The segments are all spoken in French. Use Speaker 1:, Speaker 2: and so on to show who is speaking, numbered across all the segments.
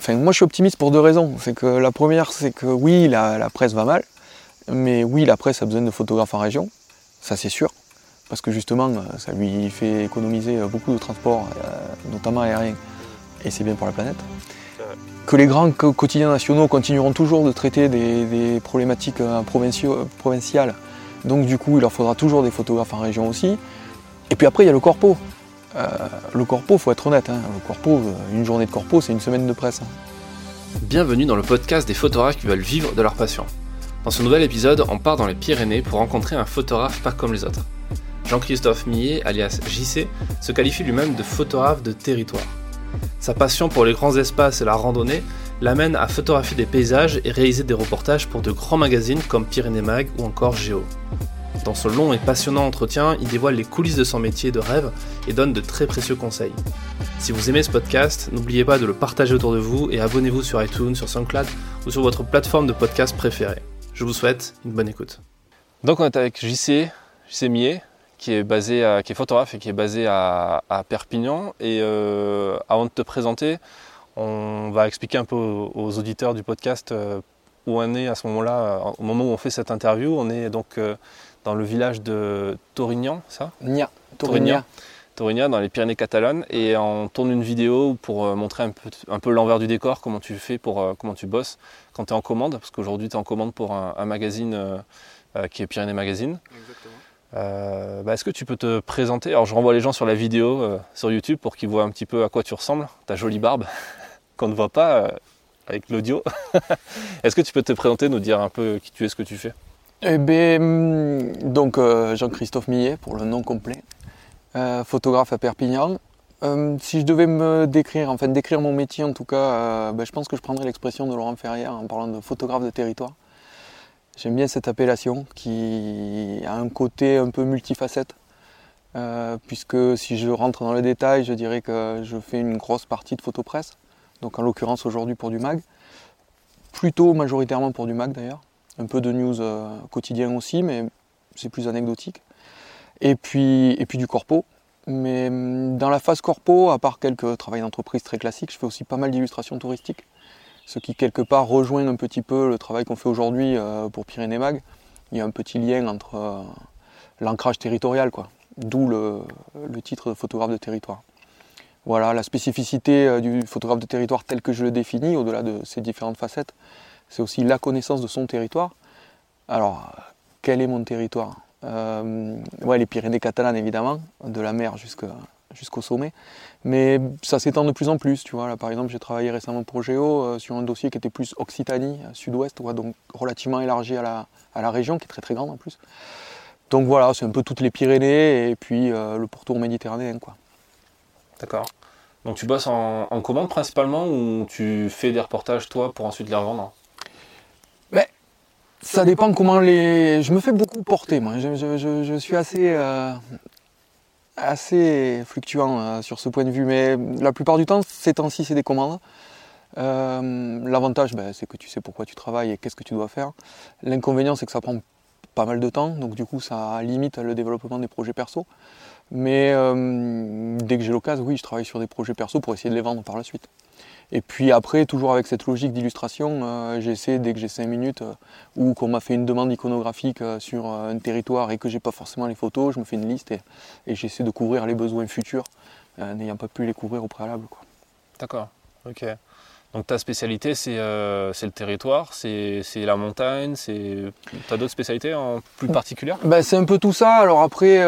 Speaker 1: moi je suis optimiste pour deux raisons. C'est que la première, c'est que oui, la presse va mal, mais oui, la presse a besoin de photographes en région, ça c'est sûr, parce que justement, ça lui fait économiser beaucoup de transports, notamment aérien, et c'est bien pour la planète. Que les grands quotidiens nationaux continueront toujours de traiter des problématiques provinciales, donc du coup, il leur faudra toujours des photographes en région aussi. Et puis après, il y a le corpo. Le corpo, faut être honnête, le corpo, une journée de corpo, c'est une semaine de presse.
Speaker 2: Bienvenue dans le podcast des photographes qui veulent vivre de leur passion. Dans ce nouvel épisode, on part dans les Pyrénées pour rencontrer un photographe pas comme les autres. Jean-Christophe Millet, alias JC, se qualifie lui-même de photographe de territoire. Sa passion pour les grands espaces et la randonnée l'amène à photographier des paysages et réaliser des reportages pour de grands magazines comme Pyrénées Mag ou encore Géo. Dans ce long et passionnant entretien, il dévoile les coulisses de son métier de rêve et donne de très précieux conseils. Si vous aimez ce podcast, n'oubliez pas de le partager autour de vous et abonnez-vous sur iTunes, sur SoundCloud ou sur votre plateforme de podcast préférée. Je vous souhaite une bonne écoute. Donc on est avec JC Millet, qui est photographe et qui est basé à Perpignan. Et avant de te présenter, on va expliquer un peu aux auditeurs du podcast où on est à ce moment-là, au moment où on fait cette interview. On est donc dans le village de Torignan, ça ? Torignan, dans les Pyrénées catalanes, et on tourne une vidéo pour montrer un peu l'envers du décor, comment tu fais, comment tu bosses quand tu es en commande, parce qu'aujourd'hui tu es en commande pour un magazine qui est Pyrénées Magazine.
Speaker 3: Exactement.
Speaker 2: Est-ce que tu peux te présenter ? Alors je renvoie les gens sur la vidéo sur YouTube pour qu'ils voient un petit peu à quoi tu ressembles, ta jolie barbe qu'on ne voit pas avec l'audio. Est-ce que tu peux te présenter, nous dire un peu qui tu es, ce que tu fais ?
Speaker 1: Donc Jean-Christophe Millet pour le nom complet, photographe à Perpignan. Si je devais décrire mon métier en tout cas, je pense que je prendrais l'expression de Laurent Ferrière en parlant de photographe de territoire. J'aime bien cette appellation qui a un côté un peu multifacette, puisque si je rentre dans le détail, je dirais que je fais une grosse partie de photopresse, donc en l'occurrence aujourd'hui pour du mag, plutôt majoritairement pour du mag d'ailleurs. Un peu de news quotidien aussi, mais c'est plus anecdotique. Et puis du corpo. Mais dans la phase corpo, à part quelques travails d'entreprise très classiques, je fais aussi pas mal d'illustrations touristiques. Ce qui quelque part rejoint un petit peu le travail qu'on fait aujourd'hui pour Pyrénées Mag. Il y a un petit lien entre l'ancrage territorial, d'où le titre de photographe de territoire. Voilà, la spécificité du photographe de territoire tel que je le définis, au-delà de ces différentes facettes, c'est aussi la connaissance de son territoire. Alors, quel est mon territoire ? Les Pyrénées catalanes évidemment, de la mer jusqu'au sommet, mais ça s'étend de plus en plus. Tu vois, là, par exemple, j'ai travaillé récemment pour Géo sur un dossier qui était plus Occitanie, sud-ouest, donc relativement élargi à la région, qui est très très grande en plus. Donc voilà, c'est un peu toutes les Pyrénées et puis le pourtour méditerranéen,
Speaker 2: D'accord. Donc tu bosses en commande principalement ou tu fais des reportages toi pour ensuite les revendre ?
Speaker 1: Ça dépend comment Je me fais beaucoup porter, moi. Je suis assez fluctuant sur ce point de vue, mais la plupart du temps, ces temps-ci, c'est des commandes. L'avantage, c'est que tu sais pourquoi tu travailles et qu'est-ce que tu dois faire. L'inconvénient, c'est que ça prend pas mal de temps, donc du coup, ça limite le développement des projets perso. Mais dès que j'ai l'occasion, oui, je travaille sur des projets perso pour essayer de les vendre par la suite. Et puis après, toujours avec cette logique d'illustration, j'essaie, dès que j'ai 5 minutes, ou qu'on m'a fait une demande iconographique sur un territoire et que j'ai pas forcément les photos, je me fais une liste et j'essaie de couvrir les besoins futurs, n'ayant pas pu les couvrir au préalable.
Speaker 2: D'accord, ok. Donc ta spécialité, c'est le territoire, c'est la montagne, t'as d'autres spécialités plus particulières ?
Speaker 1: C'est un peu tout ça. Alors après,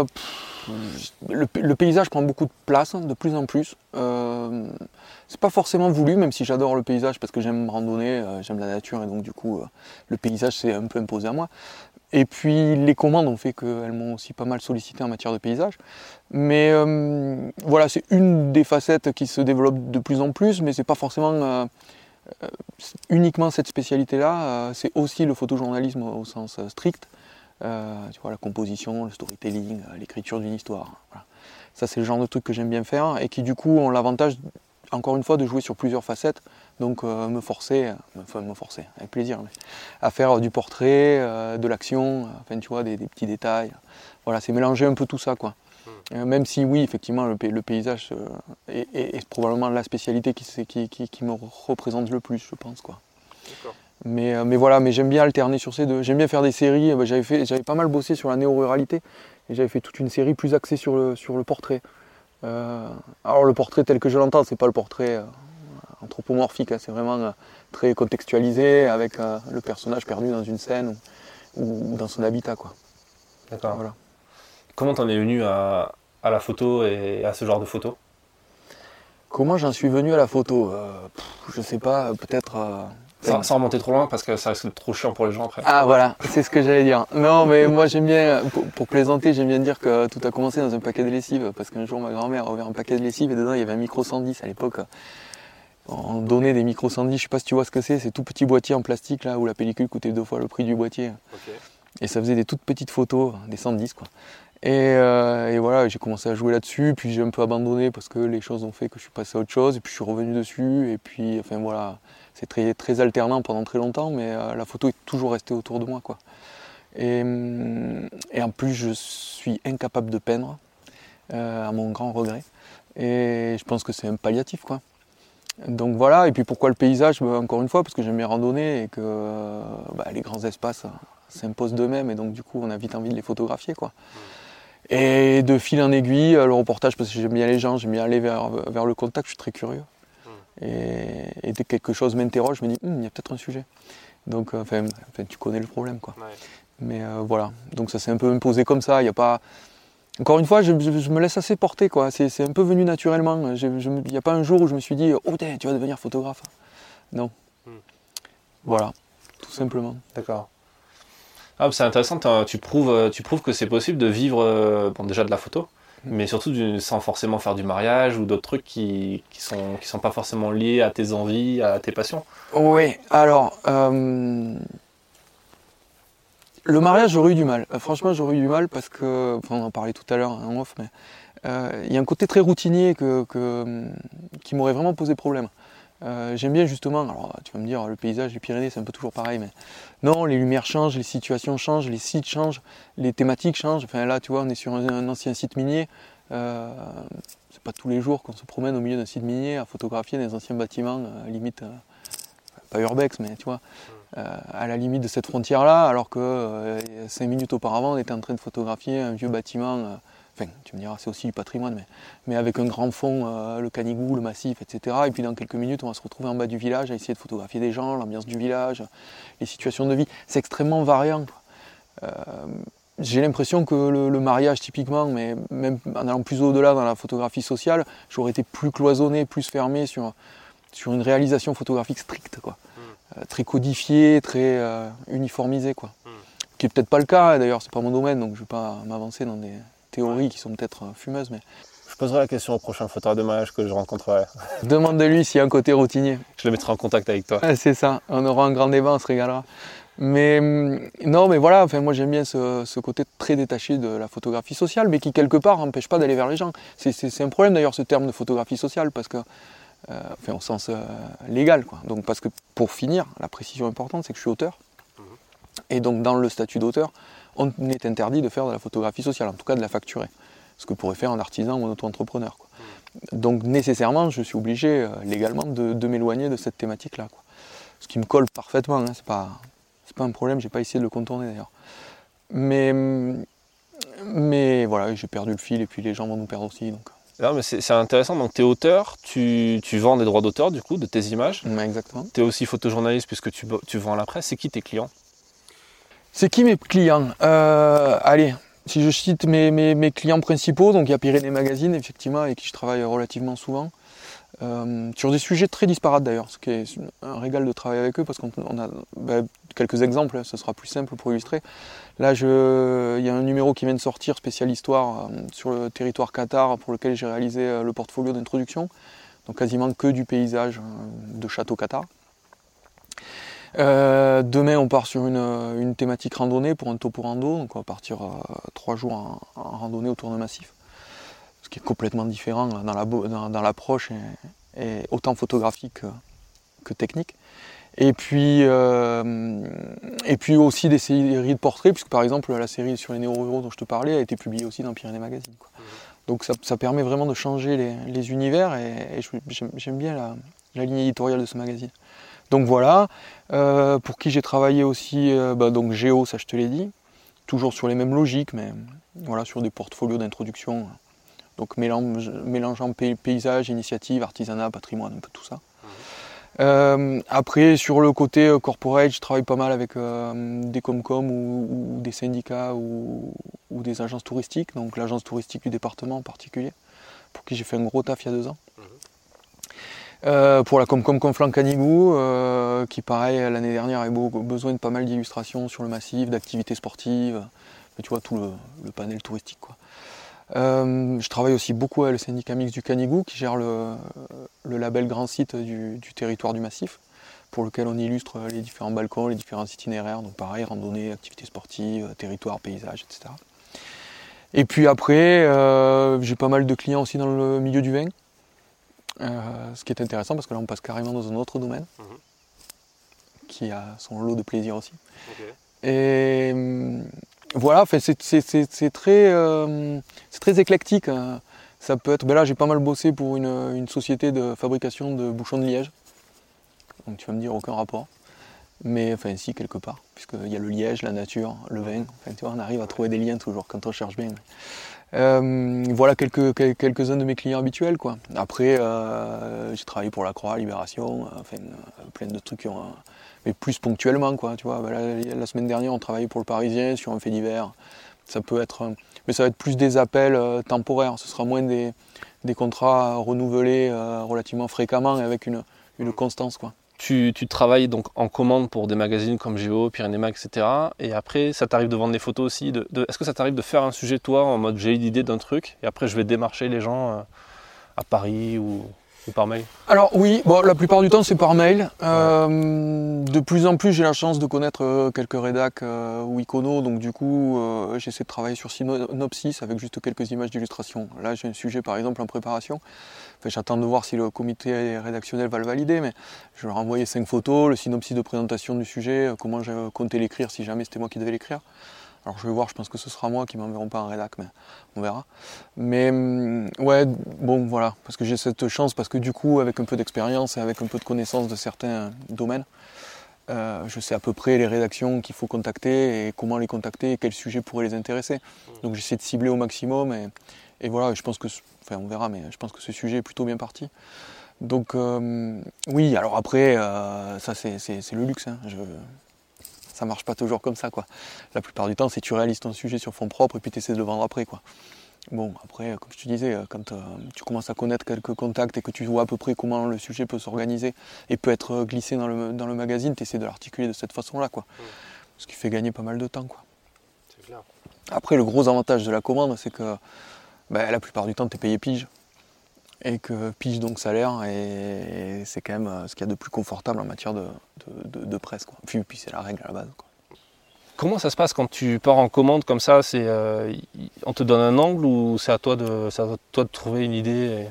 Speaker 1: le paysage prend beaucoup de place, de plus en plus. C'est pas forcément voulu, même si j'adore le paysage parce que j'aime randonner, j'aime la nature et donc du coup le paysage s'est un peu imposé à moi. Et puis les commandes ont fait qu'elles m'ont aussi pas mal sollicité en matière de paysage. Mais voilà, c'est une des facettes qui se développe de plus en plus, mais c'est pas forcément uniquement cette spécialité-là, c'est aussi le photojournalisme au sens strict. Tu vois, la composition, le storytelling, l'écriture d'une histoire. Voilà. Ça, c'est le genre de truc que j'aime bien faire et qui du coup ont l'avantage, encore une fois, de jouer sur plusieurs facettes. Donc me forcer, avec plaisir, à faire du portrait, de l'action, tu vois, des petits détails. Voilà, c'est mélanger un peu tout ça, Même si oui, effectivement, le paysage est probablement la spécialité qui me représente le plus, je pense, quoi.
Speaker 2: D'accord.
Speaker 1: Mais voilà, mais j'aime bien alterner sur ces deux. J'aime bien faire des séries. J'avais pas mal bossé sur la néo-ruralité et j'avais fait toute une série plus axée sur le portrait. Alors le portrait tel que je l'entends, c'est pas le portrait anthropomorphique, hein, c'est vraiment très contextualisé avec le personnage perdu dans une scène ou dans son habitat, quoi.
Speaker 2: D'accord.
Speaker 1: Voilà.
Speaker 2: Comment t'en es venu à la photo et à ce genre de photo?
Speaker 1: Comment j'en suis venu à la photo? Je sais pas, peut-être.
Speaker 2: Sans remonter trop loin parce que ça risque d'être trop chiant pour les gens après.
Speaker 1: Ah voilà, c'est ce que j'allais dire. Non mais moi j'aime bien, pour plaisanter, j'aime bien dire que tout a commencé dans un paquet de lessive, parce qu'un jour ma grand-mère a ouvert un paquet de lessive et dedans il y avait un micro 110 à l'époque. On donnait des micro 110, je sais pas si tu vois ce que c'est tout petit boîtier en plastique là où la pellicule coûtait 2 fois le prix du boîtier.
Speaker 2: Ok.
Speaker 1: Et ça faisait des toutes petites photos, des 110 quoi. Et voilà, j'ai commencé à jouer là-dessus, puis j'ai un peu abandonné parce que les choses ont fait que je suis passé à autre chose, et puis je suis revenu dessus, et puis enfin voilà, c'est très, très alternant pendant très longtemps, mais la photo est toujours restée autour de moi, quoi. Et en plus, je suis incapable de peindre, à mon grand regret, et je pense que c'est un palliatif, quoi. Donc voilà, et puis pourquoi le paysage? Encore une fois, parce que j'aime bien randonner et que les grands espaces s'imposent d'eux-mêmes, et donc du coup on a vite envie de les photographier, quoi. Et de fil en aiguille, le reportage, parce que j'aime bien les gens, j'aime bien aller vers le contact, je suis très curieux. Et dès que quelque chose m'interroge, je me dis, il y a peut-être un sujet. Donc, tu connais le problème, quoi. Ouais. Mais voilà, donc ça s'est un peu imposé comme ça. Il y a pas... Encore une fois, je me laisse assez porter, quoi. C'est un peu venu naturellement. Il n'y a pas un jour où je me suis dit, oh, tu vas devenir photographe. Non. Voilà, tout simplement.
Speaker 2: D'accord. Ah, c'est intéressant, tu prouves que c'est possible de vivre déjà de la photo, mais surtout sans forcément faire du mariage ou d'autres trucs qui sont pas forcément liés à tes envies, à tes passions.
Speaker 1: Oui, alors le mariage, j'aurais eu du mal. Franchement, j'aurais eu du mal parce que, on en parlait tout à l'heure en off, mais il y a un côté très routinier qui m'aurait vraiment posé problème. J'aime bien justement, alors tu vas me dire le paysage, les Pyrénées c'est un peu toujours pareil, mais non, les lumières changent, les situations changent, les sites changent, les thématiques changent. Enfin là tu vois, on est sur un ancien site minier, c'est pas tous les jours qu'on se promène au milieu d'un site minier à photographier des anciens bâtiments, limite, pas urbex, mais tu vois, à la limite de cette frontière là, alors que 5 minutes auparavant on était en train de photographier un vieux bâtiment. Enfin, tu me diras, c'est aussi du patrimoine, mais avec un grand fond, le Canigou, le Massif, etc. Et puis dans quelques minutes, on va se retrouver en bas du village à essayer de photographier des gens, l'ambiance du village, les situations de vie. C'est extrêmement variant. J'ai l'impression que le mariage, typiquement, mais même en allant plus au-delà dans la photographie sociale, j'aurais été plus cloisonné, plus fermé sur une réalisation photographique stricte, quoi. Très codifiée, très uniformisée, quoi. Qui n'est peut-être pas le cas, d'ailleurs, c'est pas mon domaine, donc je ne vais pas m'avancer dans des théories qui sont peut-être fumeuses, mais...
Speaker 2: Je poserai la question au prochain photographe de mariage que je rencontrerai.
Speaker 1: Demande-lui s'il y a un côté routinier.
Speaker 2: Je le mettrai en contact avec toi.
Speaker 1: C'est ça, on aura un grand débat, on se régalera. Mais non, mais voilà, moi j'aime bien ce côté très détaché de la photographie sociale, mais qui quelque part n'empêche pas d'aller vers les gens. C'est un problème d'ailleurs ce terme de photographie sociale, parce que, au sens légal, quoi. Donc parce que pour finir, la précision importante, c'est que je suis auteur. Et donc dans le statut d'auteur, on est interdit de faire de la photographie sociale, en tout cas de la facturer. Ce que pourrait faire un artisan ou un auto-entrepreneur, quoi. Donc nécessairement, je suis obligé légalement de m'éloigner de cette thématique-là, quoi. Ce qui me colle parfaitement, hein, c'est pas un problème, j'ai pas essayé de le contourner d'ailleurs. Mais voilà, j'ai perdu le fil et puis les gens vont nous perdre aussi. Donc.
Speaker 2: Non, mais c'est intéressant, donc tu es auteur, tu vends des droits d'auteur du coup, de tes images.
Speaker 1: Exactement.
Speaker 2: Tu es aussi photojournaliste puisque tu vends à la presse. C'est qui tes clients?
Speaker 1: C'est qui mes clients? Allez, si je cite mes clients principaux, donc il y a Pyrénées Magazine, effectivement, avec qui je travaille relativement souvent, sur des sujets très disparates d'ailleurs, ce qui est un régal de travailler avec eux, parce qu'on a quelques exemples, ce sera plus simple pour illustrer. Là, il y a un numéro qui vient de sortir, spécial histoire, sur le territoire Qatar, pour lequel j'ai réalisé le portfolio d'introduction, donc quasiment que du paysage de château Qatar. Demain on part sur une thématique randonnée pour un topo rando, donc on va partir 3 jours en randonnée autour d'un massif, ce qui est complètement différent dans l'approche et autant photographique que technique. Et puis aussi des séries de portraits, puisque par exemple la série sur les néo-ruraux dont je te parlais a été publiée aussi dans Pyrénées Magazine, quoi. Donc ça permet vraiment de changer les univers et j'aime bien la ligne éditoriale de ce magazine. Donc voilà, pour qui j'ai travaillé aussi, donc Géo, ça je te l'ai dit, toujours sur les mêmes logiques, mais voilà, sur des portfolios d'introduction. Donc mélangeant paysage, initiative, artisanat, patrimoine, un peu tout ça. Après, sur le côté corporate, je travaille pas mal avec des Comcom ou des syndicats ou des agences touristiques, donc l'agence touristique du département en particulier, pour qui j'ai fait un gros taf il y a 2 ans. Pour la Comcom Conflans Canigou, qui pareil l'année dernière avait besoin de pas mal d'illustrations sur le massif, d'activités sportives, tu vois tout le panel touristique quoi. Je travaille aussi beaucoup avec le syndicat mixte du Canigou qui gère le label grand site du territoire du massif, pour lequel on illustre les différents balcons, les différents itinéraires, donc pareil, randonnée, activités sportives, territoire, paysage, etc. Et puis après, j'ai pas mal de clients aussi dans le milieu du vin. Ce qui est intéressant parce que là on passe carrément dans un autre domaine qui a son lot de plaisir aussi. Okay. Et voilà, c'est très éclectique. Ça peut être. Là j'ai pas mal bossé pour une société de fabrication de bouchons de liège. Donc tu vas me dire aucun rapport. Mais enfin si quelque part, puisqu'il y a le liège, la nature, le vin. Enfin, tu vois, on arrive à trouver des liens toujours quand on cherche bien. Voilà quelques-uns de mes clients habituels quoi. Après j'ai travaillé pour la Croix, Libération, plein de trucs mais plus ponctuellement quoi, tu vois. La semaine dernière on travaillait pour le Parisien sur un fait divers. Ça peut être, mais ça va être plus des appels temporaires. Ce sera moins des contrats renouvelés relativement fréquemment et avec une constance quoi.
Speaker 2: Tu travailles donc en commande pour des magazines comme Géo, Pyrénées Mag, etc. Et après, ça t'arrive de vendre des photos aussi. Est-ce que ça t'arrive de faire un sujet toi en mode j'ai une idée d'un truc et après je vais démarcher les gens à Paris ou par mail? Alors
Speaker 1: oui, la plupart du temps c'est par mail. De plus en plus j'ai la chance de connaître quelques rédacs ou iconos, donc du coup j'essaie de travailler sur synopsis avec juste quelques images d'illustration. Là j'ai un sujet par exemple en préparation. J'attends de voir si le comité rédactionnel va le valider, mais je leur ai envoyé 5 photos, le synopsis de présentation du sujet, comment je comptais l'écrire si jamais c'était moi qui devais l'écrire. Alors je vais voir, je pense que ce sera moi qui m'enverront pas un rédac, mais on verra. Mais ouais, bon voilà, parce que j'ai cette chance, parce que du coup, avec un peu d'expérience et avec un peu de connaissance de certains domaines, je sais à peu près les rédactions qu'il faut contacter et comment les contacter et quel sujet pourrait les intéresser. Donc j'essaie de cibler au maximum et voilà, je pense que, on verra, mais je pense que ce sujet est plutôt bien parti. Donc oui, alors après, ça c'est le luxe, hein. Ça marche pas toujours comme ça quoi. La plupart du temps c'est tu réalises ton sujet sur fond propre et puis tu essaies de le vendre après quoi. Bon après comme je te disais, quand tu commences à connaître quelques contacts et que tu vois à peu près comment le sujet peut s'organiser et peut être glissé dans le magazine, tu essaies de l'articuler de cette façon là quoi. Ce qui fait gagner pas mal de temps quoi. C'est clair. Après le gros avantage de la commande c'est que la plupart du temps tu es payé pige. Et que pige donc salaire, et c'est quand même ce qu'il y a de plus confortable en matière de presse quoi. Puis c'est la règle à la base quoi.
Speaker 2: Comment ça se passe quand tu pars en commande comme ça? On te donne un angle ou c'est à toi de trouver une idée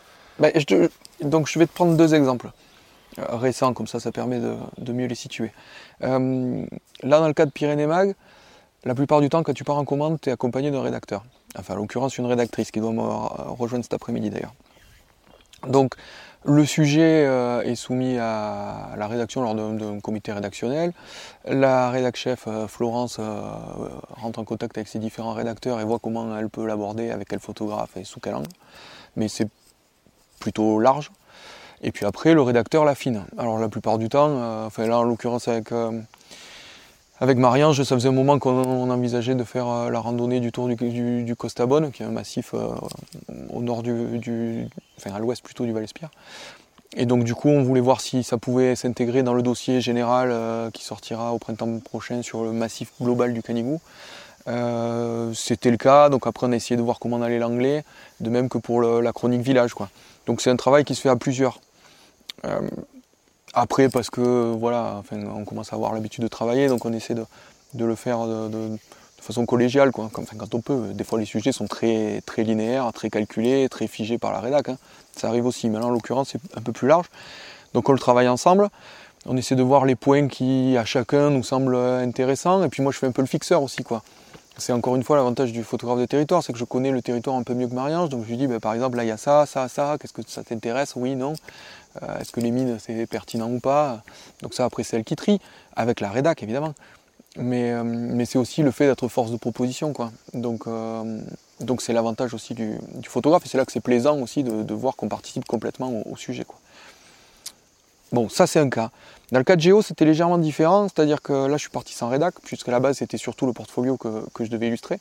Speaker 1: Donc je vais te prendre 2 exemples récents, comme ça permet de mieux les situer. Là dans le cas de Pyrénées Mag, la plupart du temps quand tu pars en commande tu es accompagné d'un rédacteur. Enfin en l'occurrence une rédactrice qui doit me rejoindre cet après-midi d'ailleurs. Donc le sujet est soumis à la rédaction lors d'un comité rédactionnel. La rédac chef Florence rentre en contact avec ses différents rédacteurs et voit comment elle peut l'aborder, avec quel photographe et sous quel angle. Mais c'est plutôt large. Et puis après le rédacteur l'affine. Alors la plupart du temps, là en l'occurrence avec Marie-Ange, ça faisait un moment qu'on envisageait de faire la randonnée du tour du Costabonne, qui est un massif au nord à l'ouest plutôt du Val-Espierre. Et donc du coup, on voulait voir si ça pouvait s'intégrer dans le dossier général qui sortira au printemps prochain sur le massif global du Canigou. C'était le cas, donc après on a essayé de voir comment on allait l'angler, de même que pour la chronique village quoi. Donc c'est un travail qui se fait à plusieurs. Après, parce que on commence à avoir l'habitude de travailler, donc on essaie de le faire de façon collégiale, quoi. Quand on peut. Des fois, les sujets sont très, très linéaires, très calculés, très figés par la rédac. Hein. Ça arrive aussi, mais là, en l'occurrence, c'est un peu plus large. Donc on le travaille ensemble. On essaie de voir les points qui, à chacun, nous semblent intéressants. Et puis moi, je fais un peu le fixeur aussi, quoi. c'est encore une fois l'avantage du photographe de territoire, c'est que je connais le territoire un peu mieux que Marie-Ange, donc je lui dis par exemple là il y a ça, qu'est-ce que ça t'intéresse? Oui, non. Est-ce que les mines c'est pertinent ou pas? Donc ça après c'est elle qui trie, avec la rédac évidemment. Mais c'est aussi le fait d'être force de proposition, quoi. Donc c'est l'avantage aussi du photographe, et c'est là que c'est plaisant aussi de voir qu'on participe complètement au sujet, quoi. Bon, ça c'est un cas. Dans le cas de Géo, c'était légèrement différent, c'est-à-dire que là je suis parti sans rédac, puisqu'à la base c'était surtout le portfolio que je devais illustrer.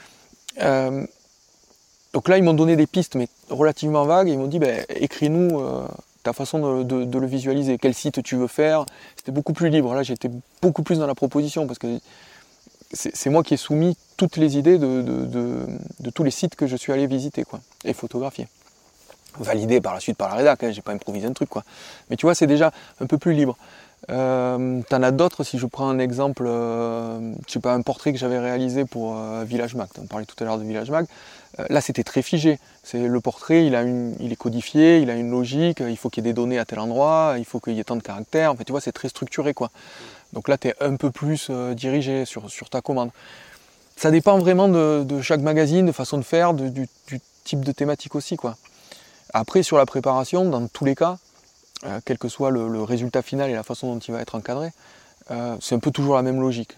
Speaker 1: Donc là ils m'ont donné des pistes, mais relativement vagues, et ils m'ont dit écris-nous ta façon de le visualiser, quel site tu veux faire. C'était beaucoup plus libre, là j'étais beaucoup plus dans la proposition, parce que c'est moi qui ai soumis toutes les idées de tous les sites que je suis allé visiter, quoi, et photographier. Validé par la suite par la rédac, j'ai pas improvisé un truc, quoi. Mais tu vois, c'est déjà un peu plus libre. T'en as d'autres, si je prends un exemple, je sais pas, un portrait que j'avais réalisé pour Village Mag, on parlait tout à l'heure de Village Mag, là c'était très figé. Le portrait, il est codifié, il a une logique, il faut qu'il y ait des données à tel endroit, il faut qu'il y ait tant de caractères, en fait tu vois, c'est très structuré, quoi. Donc là tu es un peu plus dirigé sur ta commande. Ça dépend vraiment de chaque magazine, de façon de faire, du type de thématique aussi, quoi. Après, sur la préparation, dans tous les cas, quel que soit le résultat final et la façon dont il va être encadré, c'est un peu toujours la même logique.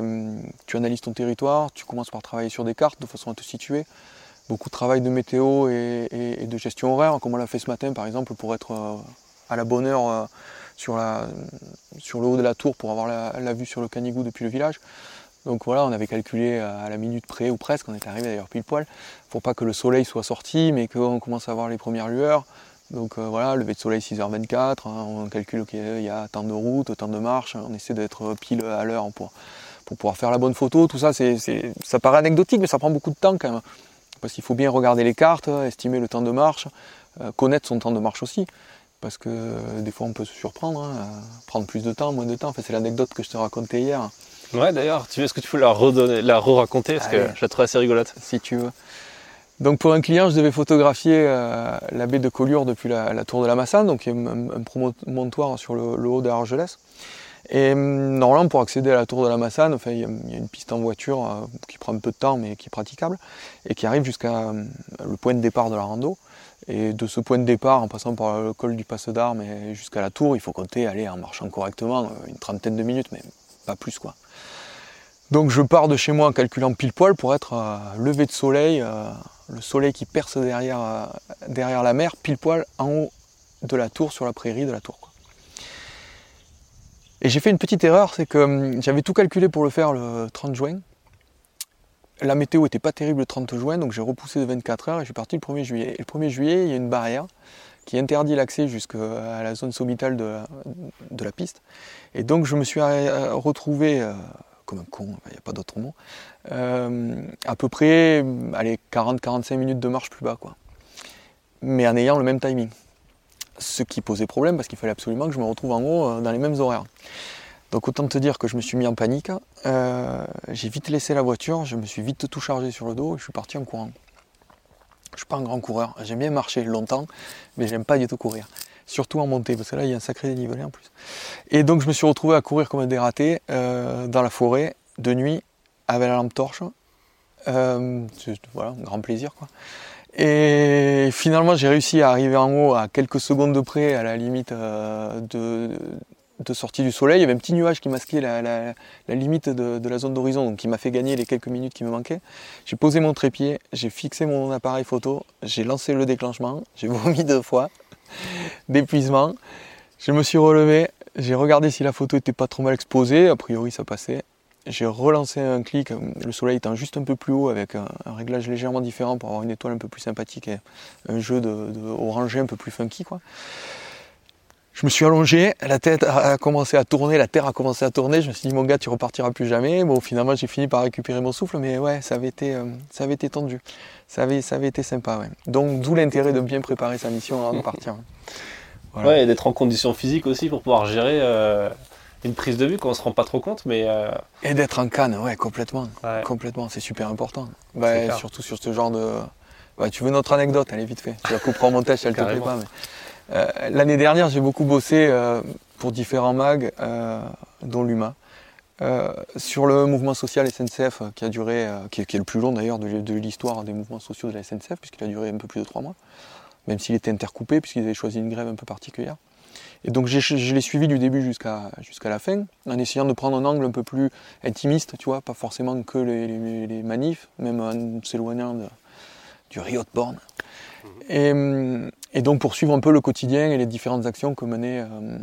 Speaker 1: Tu analyses ton territoire, tu commences par travailler sur des cartes de façon à te situer. Beaucoup de travail de météo et de gestion horaire, comme on l'a fait ce matin par exemple, pour être à la bonne heure sur le haut de la tour pour avoir la vue sur le Canigou depuis le village. Donc voilà, on avait calculé à la minute près ou presque, on est arrivé d'ailleurs pile poil, pour pas que le soleil soit sorti, mais qu'on commence à voir les premières lueurs. Donc voilà, lever de soleil 6h24, on calcule qu'il y a tant de routes, tant de marches, on essaie d'être pile à l'heure pour pouvoir faire la bonne photo. Tout ça, ça paraît anecdotique, mais ça prend beaucoup de temps quand même. Parce qu'il faut bien regarder les cartes, estimer le temps de marche, connaître son temps de marche aussi. Parce que des fois on peut se surprendre, prendre plus de temps, moins de temps. Enfin, c'est l'anecdote que je te racontais hier.
Speaker 2: Ouais, d'ailleurs, est-ce que tu peux la re-raconter, parce que je la trouve assez rigolote.
Speaker 1: Si tu veux. Donc pour un client, je devais photographier la baie de Collioure depuis la tour de la Massane, donc il y a un promontoire sur le haut d'Argelès. Et normalement, pour accéder à la tour de la Massane, enfin, il y a une piste en voiture qui prend un peu de temps, mais qui est praticable, et qui arrive jusqu'à le point de départ de la rando. Et de ce point de départ, en passant par le col du Passe d'Armes et jusqu'à la tour, il faut compter, en marchant correctement, une trentaine de minutes, mais pas plus, quoi. Donc je pars de chez moi en calculant pile poil pour être levé de soleil, le soleil qui perce derrière la mer, pile poil en haut de la tour, sur la prairie de la tour, quoi. Et j'ai fait une petite erreur, c'est que j'avais tout calculé pour le faire le 30 juin. La météo n'était pas terrible le 30 juin, donc j'ai repoussé de 24 heures et je suis parti le 1er juillet. Et le 1er juillet, il y a une barrière qui interdit l'accès jusqu'à la zone sommitale de la piste. Et donc je me suis retrouvé, comme un con, il n'y a pas d'autre mot, à peu près 40-45 minutes de marche plus bas, quoi. Mais en ayant le même timing. Ce qui posait problème parce qu'il fallait absolument que je me retrouve en haut dans les mêmes horaires. Donc autant te dire que je me suis mis en panique, j'ai vite laissé la voiture, je me suis vite tout chargé sur le dos et je suis parti en courant. Je ne suis pas un grand coureur, j'aime bien marcher longtemps, mais j'aime pas du tout courir. Surtout en montée, parce que là il y a un sacré dénivelé en plus. Et donc je me suis retrouvé à courir comme un dératé dans la forêt, de nuit, avec la lampe torche. Voilà, un grand plaisir, quoi. Et finalement j'ai réussi à arriver en haut à quelques secondes de près, à la limite de sortie du soleil. Il y avait un petit nuage qui masquait la limite de la zone d'horizon, donc qui m'a fait gagner les quelques minutes qui me manquaient. J'ai posé mon trépied, j'ai fixé mon appareil photo, j'ai lancé le déclenchement, j'ai vomi 2 fois d'épuisement. Je me suis relevé, j'ai regardé si la photo était pas trop mal exposée, a priori ça passait. J'ai relancé un clic, le soleil étant juste un peu plus haut avec un réglage légèrement différent pour avoir une étoile un peu plus sympathique et un jeu de orangé un peu plus funky, quoi. Je me suis allongé, la tête a commencé à tourner, la terre a commencé à tourner, je me suis dit mon gars tu repartiras plus jamais. Bon finalement j'ai fini par récupérer mon souffle, mais ouais ça avait été tendu, ça avait été sympa, ouais. Donc d'où l'intérêt de bien préparer sa mission avant de partir.
Speaker 2: Voilà. Ouais, et d'être en condition physique aussi pour pouvoir gérer une prise de vue qu'on ne se rend pas trop compte, mais...
Speaker 1: Et d'être en canne, ouais, complètement, c'est super important. Bah, surtout sur ce genre de... Ouais, tu veux notre anecdote, allez vite fait, tu la couperas au montage si elle te plaît pas. Mais... l'année dernière, j'ai beaucoup bossé pour différents mags, dont l'UMA. Sur le mouvement social SNCF qui a duré, qui est le plus long d'ailleurs de l'histoire des mouvements sociaux de la SNCF, puisqu'il a duré un peu plus de 3 mois, même s'il était intercoupé, puisqu'ils avaient choisi une grève un peu particulière. Et donc je l'ai suivi du début jusqu'à la fin, en essayant de prendre un angle un peu plus intimiste, tu vois, pas forcément que les manifs, même en s'éloignant du Riot Born. Et donc pour suivre un peu le quotidien et les différentes actions que menaient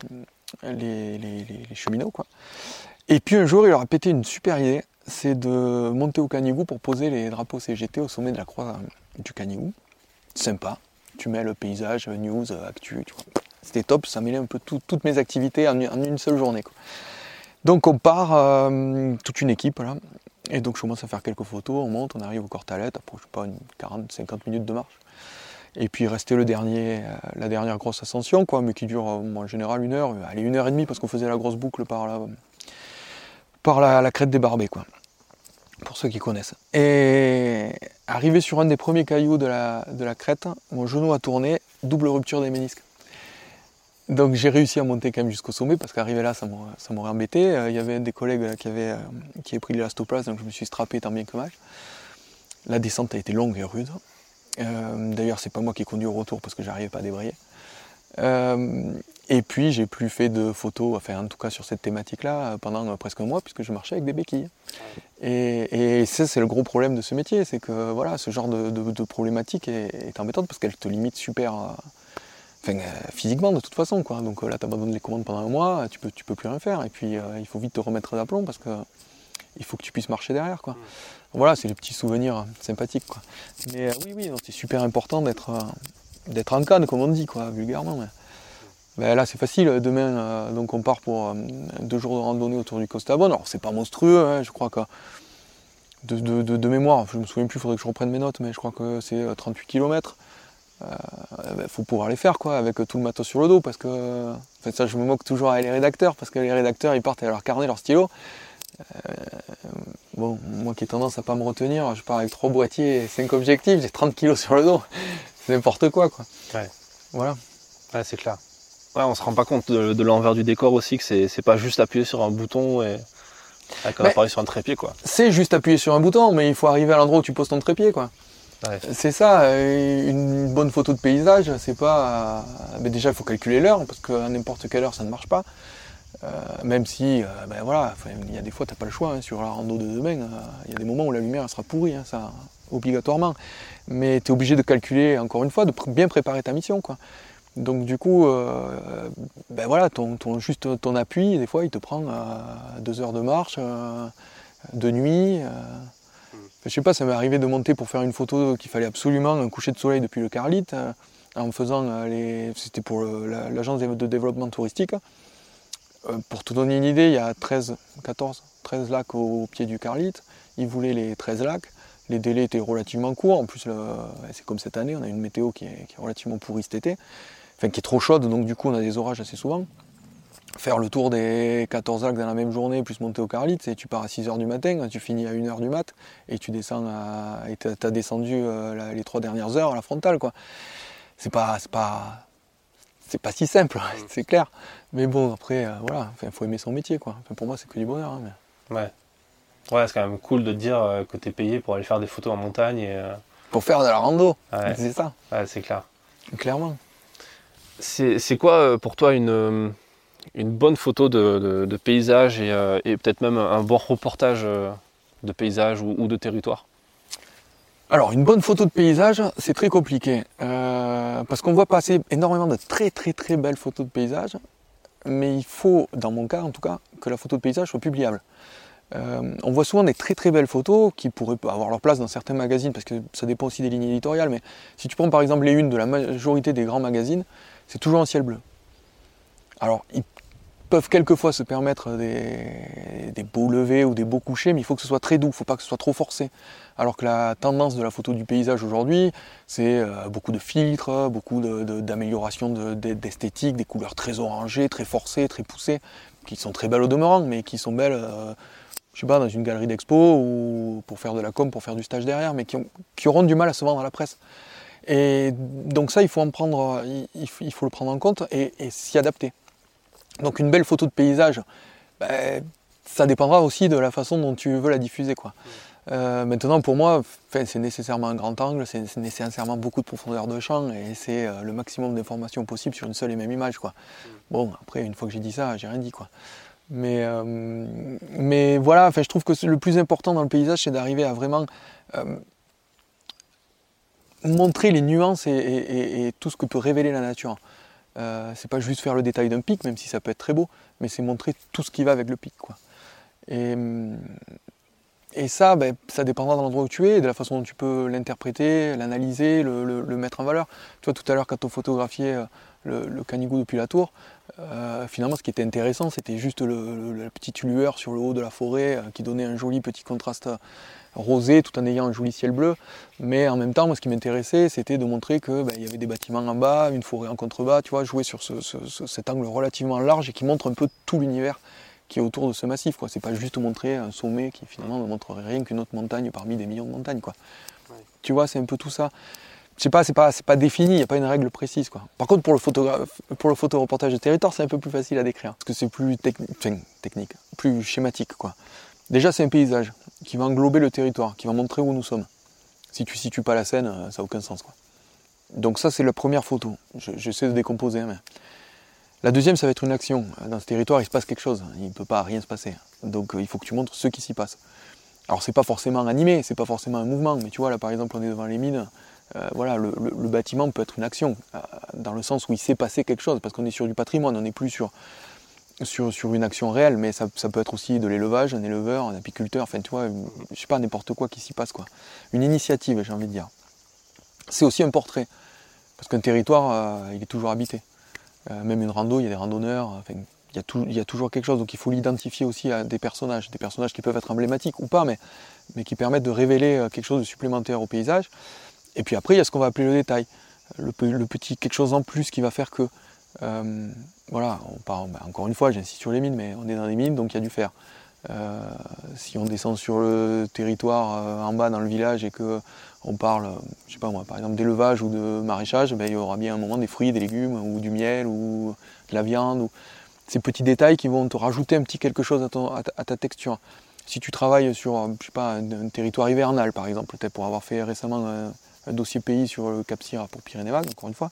Speaker 1: les cheminots, quoi. Et puis un jour, il leur a pété une super idée, c'est de monter au Canigou pour poser les drapeaux CGT au sommet de la croix du Canigou. Sympa, tu mets le paysage, news, actu, tu vois. C'était top, ça mêlait un peu toutes mes activités en une seule journée, quoi. Donc on part, toute une équipe là, et donc je commence à faire quelques photos, on monte, on arrive au Cortalette, après je sais pas, 40-50 minutes de marche. Et puis restait la dernière grosse ascension, quoi, mais qui dure en général 1 heure, allez 1h30 parce qu'on faisait la grosse boucle par la crête des Barbets, quoi, pour ceux qui connaissent. Et arrivé sur un des premiers cailloux de la crête, mon genou a tourné, double rupture des ménisques. Donc j'ai réussi à monter quand même jusqu'au sommet, parce qu'arrivé là, ça m'aurait embêté. Il y avait un des collègues là, qui avait pris l'élastoplast, donc je me suis strappé tant bien que mal. La descente a été longue et rude. D'ailleurs, c'est pas moi qui ai conduit au retour, parce que j'arrivais pas à débrayer. Et puis j'ai plus fait de photos, enfin en tout cas sur cette thématique-là, pendant presque un mois, puisque je marchais avec des béquilles. Et ça, c'est le gros problème de ce métier, c'est que voilà, ce genre de problématique est embêtante, parce qu'elle te limite super, physiquement de toute façon, quoi. Donc là, tu abandonnes les commandes pendant un mois, tu peux plus rien faire, et puis il faut vite te remettre d'aplomb, parce que il faut que tu puisses marcher derrière, quoi. Voilà, c'est les petits souvenirs sympathiques, quoi. Mais oui, c'est super important d'être en canne, comme on dit, quoi, vulgairement. Ben là c'est facile, demain donc on part pour 2 jours de randonnée autour du Costabone. Alors c'est pas monstrueux, hein, je crois que de mémoire, je me souviens plus, il faudrait que je reprenne mes notes, mais je crois que c'est 38 km. Faut pouvoir les faire, quoi, avec tout le matos sur le dos, parce que ça je me moque toujours avec les rédacteurs, parce que les rédacteurs ils partent avec leur carnet, leur stylo. Bon, moi qui ai tendance à pas me retenir, je pars avec 3 boîtiers et 5 objectifs, j'ai 30 kg sur le dos, c'est n'importe quoi.
Speaker 3: Ouais.
Speaker 1: Voilà.
Speaker 3: Ouais, c'est clair.
Speaker 2: Ouais, on se rend pas compte de l'envers du décor aussi, que c'est pas juste appuyer sur un bouton et avec un appareil sur un trépied, quoi.
Speaker 1: C'est juste appuyer sur un bouton, mais il faut arriver à l'endroit où tu poses ton trépied, quoi.
Speaker 3: Ouais.
Speaker 1: C'est ça, une bonne photo de paysage, c'est pas... Mais déjà, il faut calculer l'heure, parce qu'à n'importe quelle heure, ça ne marche pas. Même si, voilà, il y a des fois, t'as pas le choix, hein, sur la rando de demain, il y a des moments où la lumière elle sera pourrie, hein, ça, obligatoirement. Mais tu es obligé de calculer, encore une fois, de bien préparer ta mission, quoi. Donc du coup, voilà, juste ton appui, des fois, il te prend 2 heures de marche, de nuit. Je sais pas, ça m'est arrivé de monter pour faire une photo qu'il fallait absolument un coucher de soleil depuis le Carlite, en faisant c'était pour l'agence de développement touristique. Pour te donner une idée, il y a 13 lacs au pied du Carlite. Ils voulaient les 13 lacs. Les délais étaient relativement courts. En plus, c'est comme cette année, on a une météo qui est relativement pourrie cet été. Enfin, qui est trop chaude, donc du coup, on a des orages assez souvent. Faire le tour des 14 lacs dans la même journée, plus monter au Carlite, tu pars à 6h du matin, tu finis à 1h du mat, et tu descends et t'as descendu les 3 dernières heures à la frontale, quoi. C'est pas si simple, c'est clair. Mais bon, après, voilà, faut aimer son métier, quoi. Enfin, pour moi, c'est que du bonheur. Hein, mais...
Speaker 3: Ouais, c'est quand même cool de te dire que t'es payé pour aller faire des photos en montagne.
Speaker 1: Pour faire de la rando,
Speaker 3: ouais.
Speaker 1: C'est ça.
Speaker 3: Ouais, c'est clair.
Speaker 1: Clairement.
Speaker 2: C'est quoi pour toi une bonne photo de paysage et peut-être même un bon reportage de paysage ou de territoire?
Speaker 1: Alors, une bonne photo de paysage, c'est très compliqué. Parce qu'on voit passer énormément de très très très belles photos de paysage. Mais il faut, dans mon cas en tout cas, que la photo de paysage soit publiable. On voit souvent des très très belles photos qui pourraient avoir leur place dans certains magazines, parce que ça dépend aussi des lignes éditoriales, mais si tu prends par exemple les unes de la majorité des grands magazines, c'est toujours en ciel bleu. Alors, ils peuvent quelquefois se permettre des beaux levers ou des beaux couchers, mais il faut que ce soit très doux, il ne faut pas que ce soit trop forcé. Alors que la tendance de la photo du paysage aujourd'hui, c'est beaucoup de filtres, beaucoup d'amélioration d'esthétique, des couleurs très orangées, très forcées, très poussées, qui sont très belles au demeurant, mais qui sont belles, je sais pas, dans une galerie d'expo ou pour faire de la com, pour faire du stage derrière, mais qui auront du mal à se vendre à la presse. Et donc ça, il faut le prendre en compte et s'y adapter. Donc une belle photo de paysage, ça dépendra aussi de la façon dont tu veux la diffuser, quoi. Maintenant, pour moi, c'est nécessairement un grand angle, c'est nécessairement beaucoup de profondeur de champ et c'est le maximum d'informations possible sur une seule et même image, quoi. Bon, après, une fois que j'ai dit ça, j'ai rien dit, quoi. Mais voilà, je trouve que le plus important dans le paysage, c'est d'arriver à vraiment montrer les nuances et tout ce que peut révéler la nature. C'est pas juste faire le détail d'un pic, même si ça peut être très beau, mais c'est montrer tout ce qui va avec le pic, quoi. Et ça, ça dépendra de l'endroit où tu es, de la façon dont tu peux l'interpréter, l'analyser, le mettre en valeur. Tu vois, tout à l'heure, quand on photographiait le Canigou depuis la tour, finalement, ce qui était intéressant, c'était juste la petite lueur sur le haut de la forêt qui donnait un joli petit contraste rosé, tout en ayant un joli ciel bleu. Mais en même temps, moi, ce qui m'intéressait, c'était de montrer qu'il y avait des bâtiments en bas, une forêt en contrebas, tu vois, jouer sur cet angle relativement large et qui montre un peu tout l'univers qui est autour de ce massif, quoi. C'est pas juste montrer un sommet qui finalement ne montrerait rien qu'une autre montagne parmi des millions de montagnes, quoi. Ouais. Tu vois, c'est un peu tout ça. Je sais pas, c'est pas défini, il n'y a pas une règle précise, quoi. Par contre, pour le photoreportage de territoire, c'est un peu plus facile à décrire, parce que c'est plus technique, plus schématique, quoi. Déjà, c'est un paysage qui va englober le territoire, qui va montrer où nous sommes. Si tu situes pas la scène, ça n'a aucun sens, quoi. Donc ça, c'est la première photo. J'essaie de décomposer, mais... La deuxième, ça va être une action. Dans ce territoire, il se passe quelque chose. Il ne peut pas rien se passer. Donc il faut que tu montres ce qui s'y passe. Alors c'est pas forcément animé, c'est pas forcément un mouvement, mais tu vois, là par exemple, on est devant les mines. Voilà, le bâtiment peut être une action, dans le sens où il s'est passé quelque chose, parce qu'on est sur du patrimoine, on n'est plus sur une action réelle, mais ça peut être aussi de l'élevage, un éleveur, un apiculteur, enfin tu vois, je sais pas, n'importe quoi qui s'y passe, quoi. Une initiative, j'ai envie de dire. C'est aussi un portrait, parce qu'un territoire, il est toujours habité. Même une rando, il y a des randonneurs, enfin, il y a toujours quelque chose, donc il faut l'identifier aussi à des personnages qui peuvent être emblématiques ou pas, mais qui permettent de révéler quelque chose de supplémentaire au paysage. Et puis après, il y a ce qu'on va appeler le détail, le petit quelque chose en plus qui va faire que, voilà, on part, encore une fois, j'insiste sur les mines, mais on est dans des mines, donc il y a du fer. Si on descend sur le territoire en bas dans le village et que on parle, je sais pas moi, par exemple d'élevage ou de maraîchage, il y aura bien un moment des fruits, des légumes ou du miel ou de la viande, ou ces petits détails qui vont te rajouter un petit quelque chose à ta texture. Si tu travailles sur, je sais pas, un territoire hivernal par exemple, peut-être pour avoir fait récemment un dossier pays sur le Cap Sira pour Pyrénées-Vagues, encore une fois,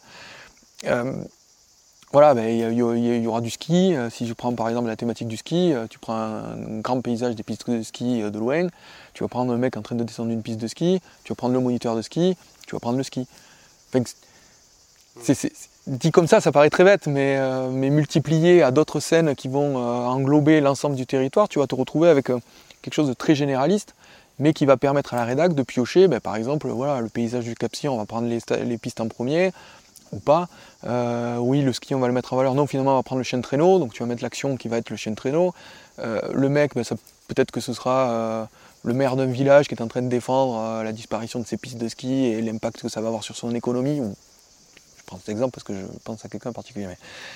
Speaker 1: voilà, il y aura du ski. Si je prends par exemple la thématique du ski, tu prends un grand paysage des pistes de ski de loin, tu vas prendre un mec en train de descendre une piste de ski, tu vas prendre le moniteur de ski, tu vas prendre le ski. Enfin, dit comme ça paraît très bête, mais multiplié à d'autres scènes qui vont englober l'ensemble du territoire, tu vas te retrouver avec quelque chose de très généraliste, mais qui va permettre à la rédac de piocher, par exemple, voilà, le paysage du Cap Sira, on va prendre les pistes en premier, ou pas. Oui, le ski, on va le mettre en valeur. Non, finalement, on va prendre le chien de traîneau, donc tu vas mettre l'action qui va être le chien de traîneau. Le mec, peut-être que ce sera le maire d'un village qui est en train de défendre la disparition de ses pistes de ski et l'impact que ça va avoir sur son économie. Je prends cet exemple parce que je pense à quelqu'un en particulier.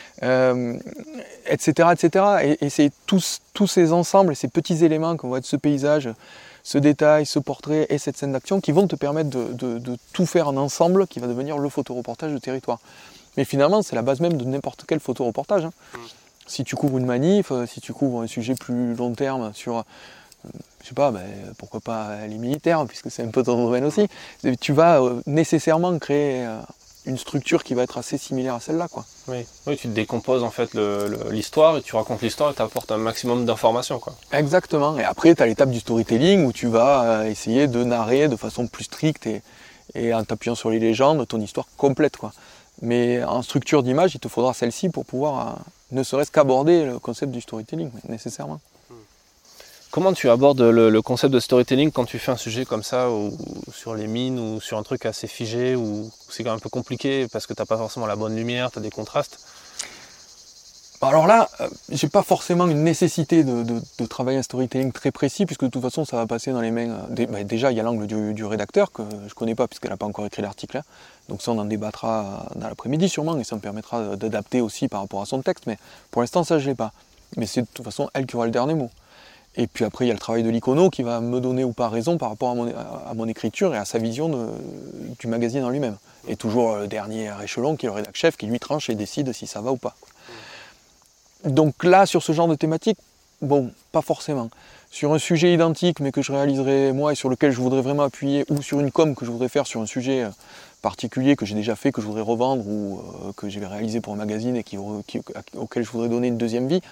Speaker 1: Etc. Et c'est tous ces ensembles, ces petits éléments qu'on voit de ce paysage, ce détail, ce portrait et cette scène d'action qui vont te permettre de tout faire en ensemble qui va devenir le photoreportage de territoire. Mais finalement, c'est la base même de n'importe quel photoreportage. Hein. Si tu couvres une manif, si tu couvres un sujet plus long terme sur, je sais pas, pourquoi pas les militaires, puisque c'est un peu ton domaine aussi, tu vas nécessairement créer une structure qui va être assez similaire à celle-là, quoi.
Speaker 3: Oui, tu décomposes en fait l'histoire et tu racontes l'histoire et tu apportes un maximum d'informations, quoi.
Speaker 1: Exactement. Et après, tu as l'étape du storytelling où tu vas essayer de narrer de façon plus stricte et en t'appuyant sur les légendes, ton histoire complète, quoi. Mais en structure d'image, il te faudra celle-ci pour pouvoir ne serait-ce qu'aborder le concept du storytelling, nécessairement.
Speaker 3: Comment tu abordes le concept de storytelling quand tu fais un sujet comme ça, ou sur les mines, ou sur un truc assez figé, ou c'est quand même un peu compliqué parce que tu n'as pas forcément la bonne lumière, tu as des contrastes?
Speaker 1: Alors là, j'ai pas forcément une nécessité de travailler un storytelling très précis, puisque de toute façon ça va passer dans les mains. Déjà, il y a l'angle du rédacteur que je connais pas puisqu'elle n'a pas encore écrit l'article. Hein. Donc ça, on en débattra dans l'après-midi sûrement, et ça me permettra d'adapter aussi par rapport à son texte. Mais pour l'instant, ça je l'ai pas. Mais c'est de toute façon elle qui aura le dernier mot. Et puis après, il y a le travail de l'icono qui va me donner ou pas raison par rapport à mon écriture et à sa vision du magazine en lui-même. Et toujours le dernier échelon qui est le rédac-chef qui lui tranche et décide si ça va ou pas. Donc là, sur ce genre de thématique, bon, pas forcément. Sur un sujet identique, mais que je réaliserai moi et sur lequel je voudrais vraiment appuyer, ou sur une com que je voudrais faire sur un sujet particulier que j'ai déjà fait, que je voudrais revendre, ou que j'ai réalisé pour un magazine et auquel je voudrais donner une deuxième vie,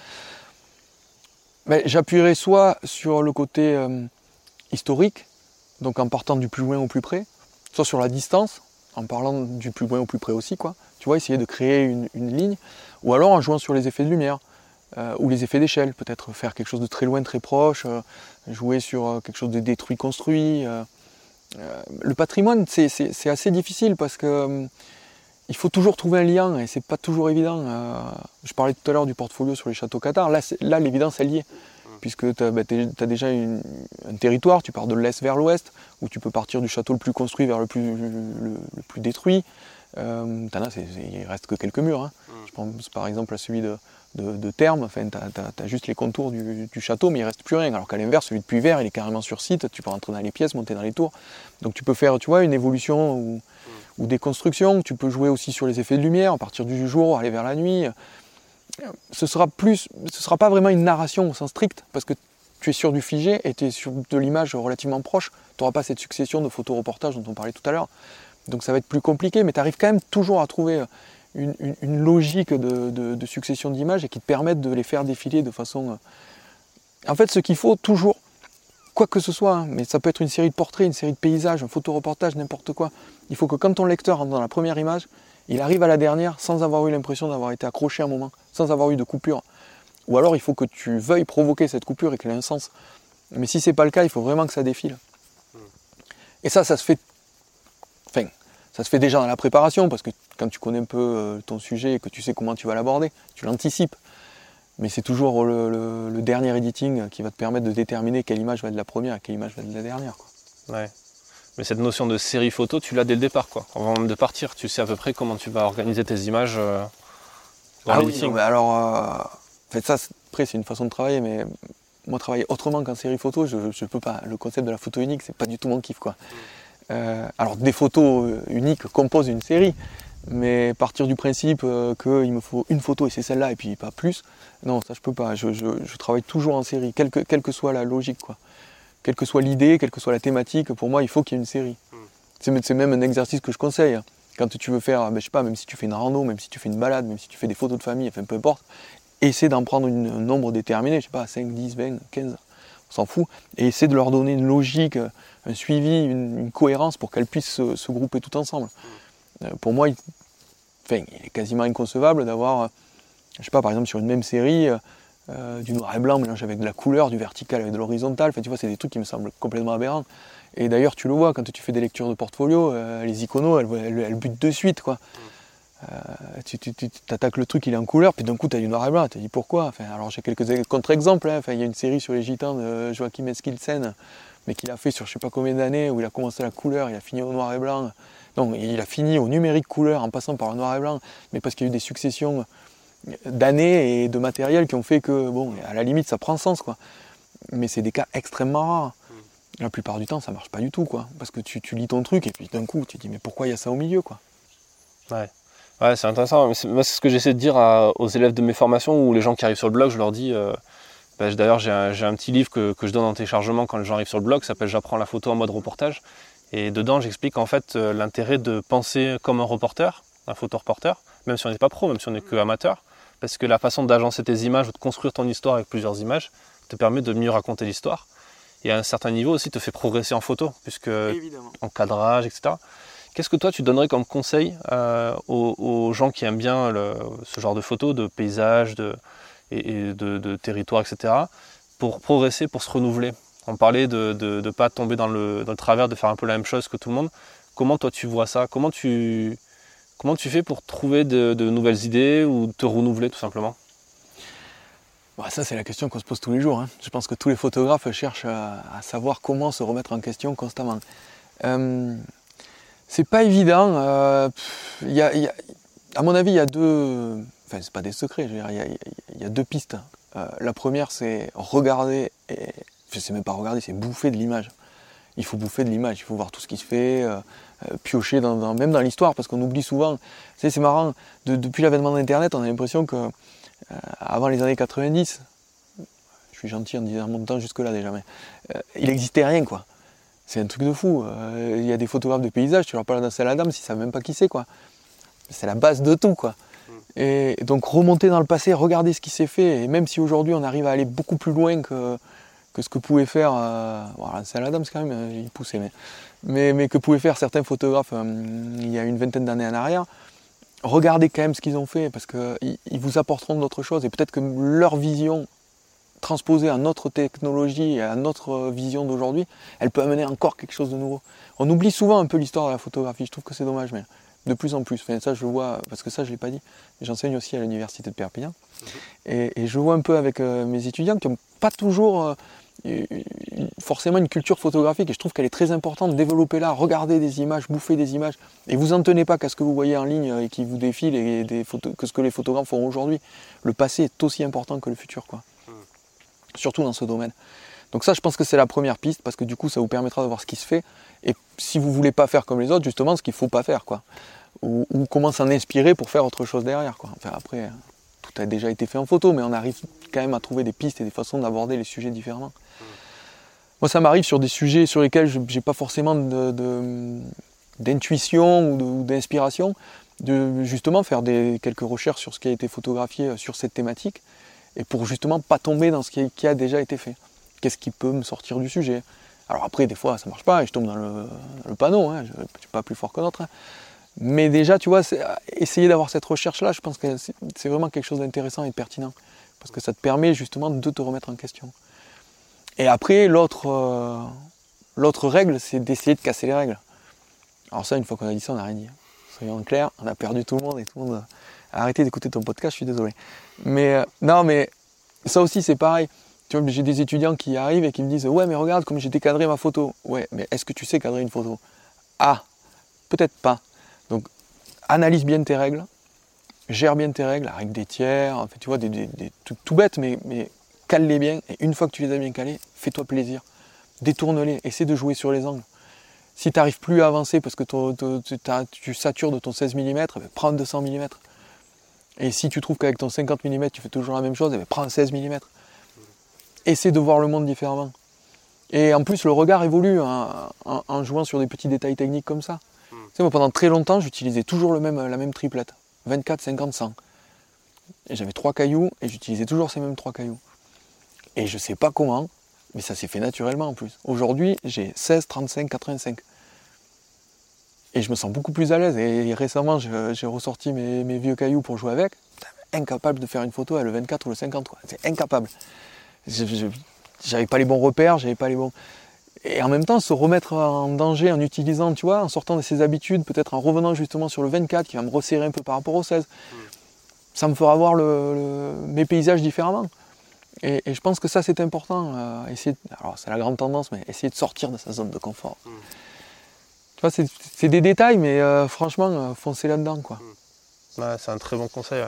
Speaker 1: ben, j'appuierai soit sur le côté historique, donc en partant du plus loin au plus près, soit sur la distance, en parlant du plus loin au plus près aussi, quoi. Tu vois, essayer de créer une ligne, ou alors en jouant sur les effets de lumière, ou les effets d'échelle, peut-être faire quelque chose de très loin, très proche, jouer sur quelque chose de détruit, construit. Le patrimoine, c'est assez difficile parce que il faut toujours trouver un lien et c'est pas toujours évident. Je parlais tout à l'heure du portfolio sur les châteaux cathares, là l'évidence elle y est. Puisque tu as déjà un territoire, tu pars de l'est vers l'ouest, où tu peux partir du château le plus construit vers le plus détruit. Il reste que quelques murs. Hein. Je pense par exemple à celui de Termes, enfin, tu as juste les contours du château, mais il ne reste plus rien. Alors qu'à l'inverse, celui de Puyvert, il est carrément sur site, tu peux rentrer dans les pièces, monter dans les tours. Donc tu peux faire, tu vois, une évolution ou des constructions. Tu peux jouer aussi sur les effets de lumière, à partir du jour, aller vers la nuit. Ce sera pas vraiment une narration au sens strict, parce que tu es sur du figé et tu es sur de l'image relativement proche. Tu n'auras pas cette succession de photoreportages dont on parlait tout à l'heure. Donc ça va être plus compliqué, mais tu arrives quand même toujours à trouver une logique de succession d'images et qui te permettent de les faire défiler de façon... En fait, ce qu'il faut toujours, quoi que ce soit, hein, mais ça peut être une série de portraits, une série de paysages, un photoreportage, n'importe quoi. Il faut que quand ton lecteur rentre dans la première image, il arrive à la dernière sans avoir eu l'impression d'avoir été accroché un moment, sans avoir eu de coupure. Ou alors il faut que tu veuilles provoquer cette coupure et qu'elle ait un sens. Mais si c'est pas le cas, il faut vraiment que ça défile. Et ça se fait... Enfin, ça se fait déjà dans la préparation, parce que quand tu connais un peu ton sujet et que tu sais comment tu vas l'aborder, tu l'anticipes. Mais c'est toujours le dernier editing qui va te permettre de déterminer quelle image va être la première et quelle image va être la dernière, quoi.
Speaker 3: Ouais. Mais cette notion de série photo, tu l'as dès le départ, quoi. Avant même de partir, tu sais à peu près comment tu vas organiser tes images dans l'editing.
Speaker 1: Oui, alors, en fait, ça, après, c'est une façon de travailler, mais moi, travailler autrement qu'en série photo, je peux pas. Le concept de la photo unique, c'est pas du tout mon kiff, quoi. Alors, des photos uniques composent une série, mais partir du principe qu'il me faut une photo et c'est celle-là et puis pas plus, non, ça je peux pas. Je travaille toujours en série, quelle que soit la logique, quoi. Quelle que soit l'idée, quelle que soit la thématique, pour moi, il faut qu'il y ait une série. C'est même un exercice que je conseille. Quand tu veux faire, je sais pas, même si tu fais une rando, même si tu fais une balade, même si tu fais des photos de famille, enfin peu importe, essaie d'en prendre un nombre déterminé, je sais pas, 5, 10, 20, 15, on s'en fout, et essaie de leur donner une logique, un suivi, une cohérence pour qu'elles puissent se grouper tout ensemble. Pour moi, il est quasiment inconcevable d'avoir, je sais pas, par exemple sur une même série, du noir et blanc mélangé avec de la couleur, du vertical avec de l'horizontal, enfin, tu vois, c'est des trucs qui me semblent complètement aberrants. Et d'ailleurs, tu le vois, quand tu fais des lectures de portfolio, les iconos, elles butent de suite, quoi. Tu attaques le truc, il est en couleur, puis d'un coup, tu as du noir et blanc, tu te dis pourquoi. Enfin, alors, j'ai quelques contre-exemples, hein. Enfin, il y a une série sur les gitans de Joachim Eskildsen, mais qu'il a fait sur je sais pas combien d'années, où il a commencé la couleur, il a fini au noir et blanc. Non, il a fini au numérique couleur, en passant par le noir et blanc, mais parce qu'il y a eu des successions d'années et de matériel qui ont fait que, bon, à la limite, ça prend sens, quoi. Mais c'est des cas extrêmement rares. La plupart du temps, ça marche pas du tout, quoi. Parce que tu lis ton truc et puis d'un coup, tu te dis, mais pourquoi il y a ça au milieu, quoi.
Speaker 3: Ouais, c'est intéressant. Moi, c'est ce que j'essaie de dire aux élèves de mes formations ou les gens qui arrivent sur le blog. Je leur dis, d'ailleurs, j'ai un petit livre que je donne en téléchargement quand les gens arrivent sur le blog, qui s'appelle J'apprends la photo en mode reportage. Et dedans, j'explique en fait l'intérêt de penser comme un reporter, un photoreporter, même si on n'est pas pro, même si on n'est que amateur. Parce que la façon d'agencer tes images ou de construire ton histoire avec plusieurs images te permet de mieux raconter l'histoire. Et à un certain niveau aussi te fait progresser en photo, puisque
Speaker 1: Évidemment.
Speaker 3: en cadrage, etc. Qu'est-ce que toi tu donnerais comme conseil aux gens qui aiment bien ce genre de photos, de paysages, de territoires, etc. pour progresser, pour se renouveler? On parlait de ne pas tomber dans le travers, de faire un peu la même chose que tout le monde. Comment toi tu vois ça? Comment tu fais pour trouver de nouvelles idées ou te renouveler tout simplement?
Speaker 1: Bah, ça, c'est la question qu'on se pose tous les jours, hein. Je pense que tous les photographes cherchent à savoir comment se remettre en question constamment. C'est pas évident. À mon avis, il y a deux... Enfin, c'est pas des secrets, je veux dire, il y a deux pistes. La première, c'est regarder, et c'est même pas regarder, c'est bouffer de l'image. Il faut bouffer de l'image, il faut voir tout ce qui se fait, piocher même dans l'histoire, parce qu'on oublie souvent. Tu sais, c'est marrant, depuis l'avènement d'Internet, on a l'impression que avant les années 90, je suis gentil en montant jusque-là déjà, mais il n'existait rien, quoi. C'est un truc de fou. Il y a des photographes de paysages, tu leur parles d'Ansel Adams, ils ne savent même pas qui c'est, quoi. C'est la base de tout, quoi. Et donc remonter dans le passé, regarder ce qui s'est fait, et même si aujourd'hui on arrive à aller beaucoup plus loin que ce que pouvait faire, Ansel Adams quand même, il poussait, mais que pouvaient faire certains photographes il y a une vingtaine d'années en arrière, regardez quand même ce qu'ils ont fait, parce qu'ils vous apporteront d'autres choses, et peut-être que leur vision transposée à notre technologie et à notre vision d'aujourd'hui, elle peut amener encore quelque chose de nouveau. On oublie souvent un peu l'histoire de la photographie, je trouve que c'est dommage, mais de plus en plus. Enfin, ça je le vois, parce que ça je ne l'ai pas dit, j'enseigne aussi à l'université de Perpignan, et je vois un peu avec mes étudiants qui n'ont pas toujours forcément une culture photographique, et je trouve qu'elle est très importante, développer-la, regarder des images, bouffer des images, et vous en tenez pas qu'à ce que vous voyez en ligne et qui vous défile, et que ce que les photographes font aujourd'hui. Le passé est aussi important que le futur, quoi. Surtout dans ce domaine. Donc ça, je pense que c'est la première piste, parce que du coup ça vous permettra de voir ce qui se fait, et si vous voulez pas faire comme les autres, justement ce qu'il faut pas faire, quoi. Ou comment s'en inspirer pour faire autre chose derrière, quoi. Enfin, après, tout a déjà été fait en photo, mais on arrive quand même à trouver des pistes et des façons d'aborder les sujets différemment. Moi, ça m'arrive sur des sujets sur lesquels je n'ai pas forcément d'intuition ou d'inspiration, de justement faire quelques recherches sur ce qui a été photographié sur cette thématique, et pour justement pas tomber dans ce qui a déjà été fait. Qu'est-ce qui peut me sortir du sujet? Alors après, des fois, ça marche pas et je tombe dans le panneau, hein, je ne suis pas plus fort que d'autres. Hein. Mais déjà, tu vois, essayer d'avoir cette recherche-là, je pense que c'est vraiment quelque chose d'intéressant et de pertinent. Parce que ça te permet justement de te remettre en question. Et après, l'autre règle, c'est d'essayer de casser les règles. Alors ça, une fois qu'on a dit ça, on n'a rien dit. Soyons clairs, on a perdu tout le monde et tout le monde a arrêté d'écouter ton podcast, je suis désolé. Mais non, mais ça aussi, c'est pareil. Tu vois, j'ai des étudiants qui arrivent et qui me disent « Ouais, mais regarde comme j'ai décadré ma photo. » Ouais, mais est-ce que tu sais cadrer une photo? Ah, peut-être pas. Donc, analyse bien tes règles, gère bien tes règles, la règle des tiers, en fait, tu vois, des trucs tout bêtes, mais cale-les bien. Et une fois que tu les as bien calés, fais-toi plaisir. Détourne-les, essaie de jouer sur les angles. Si tu n'arrives plus à avancer parce que tu satures de ton 16 mm, prends 200 mm. Et si tu trouves qu'avec ton 50 mm, tu fais toujours la même chose, prends un 16 mm. Essaie de voir le monde différemment. Et en plus, le regard évolue en jouant sur des petits détails techniques comme ça. Tu sais, moi, pendant très longtemps, j'utilisais toujours la même triplette. 24, 50, 100. Et j'avais 3 cailloux et j'utilisais toujours ces mêmes 3 cailloux. Et je sais pas comment, mais ça s'est fait naturellement en plus. Aujourd'hui, j'ai 16, 35, 85. Et je me sens beaucoup plus à l'aise. Et récemment, j'ai ressorti mes vieux cailloux pour jouer avec. Incapable de faire une photo à le 24 ou le 50, quoi. C'est incapable. J'avais pas les bons repères, j'avais pas les bons... Et en même temps, se remettre en danger en utilisant, tu vois, en sortant de ses habitudes, peut-être en revenant justement sur le 24, qui va me resserrer un peu par rapport au 16. Ça me fera voir mes paysages différemment. Et je pense que ça, c'est important. Alors, c'est la grande tendance, mais essayer de sortir de sa zone de confort. Tu vois, c'est des détails, mais franchement, foncez là-dedans, quoi.
Speaker 3: Ouais, c'est un très bon conseil.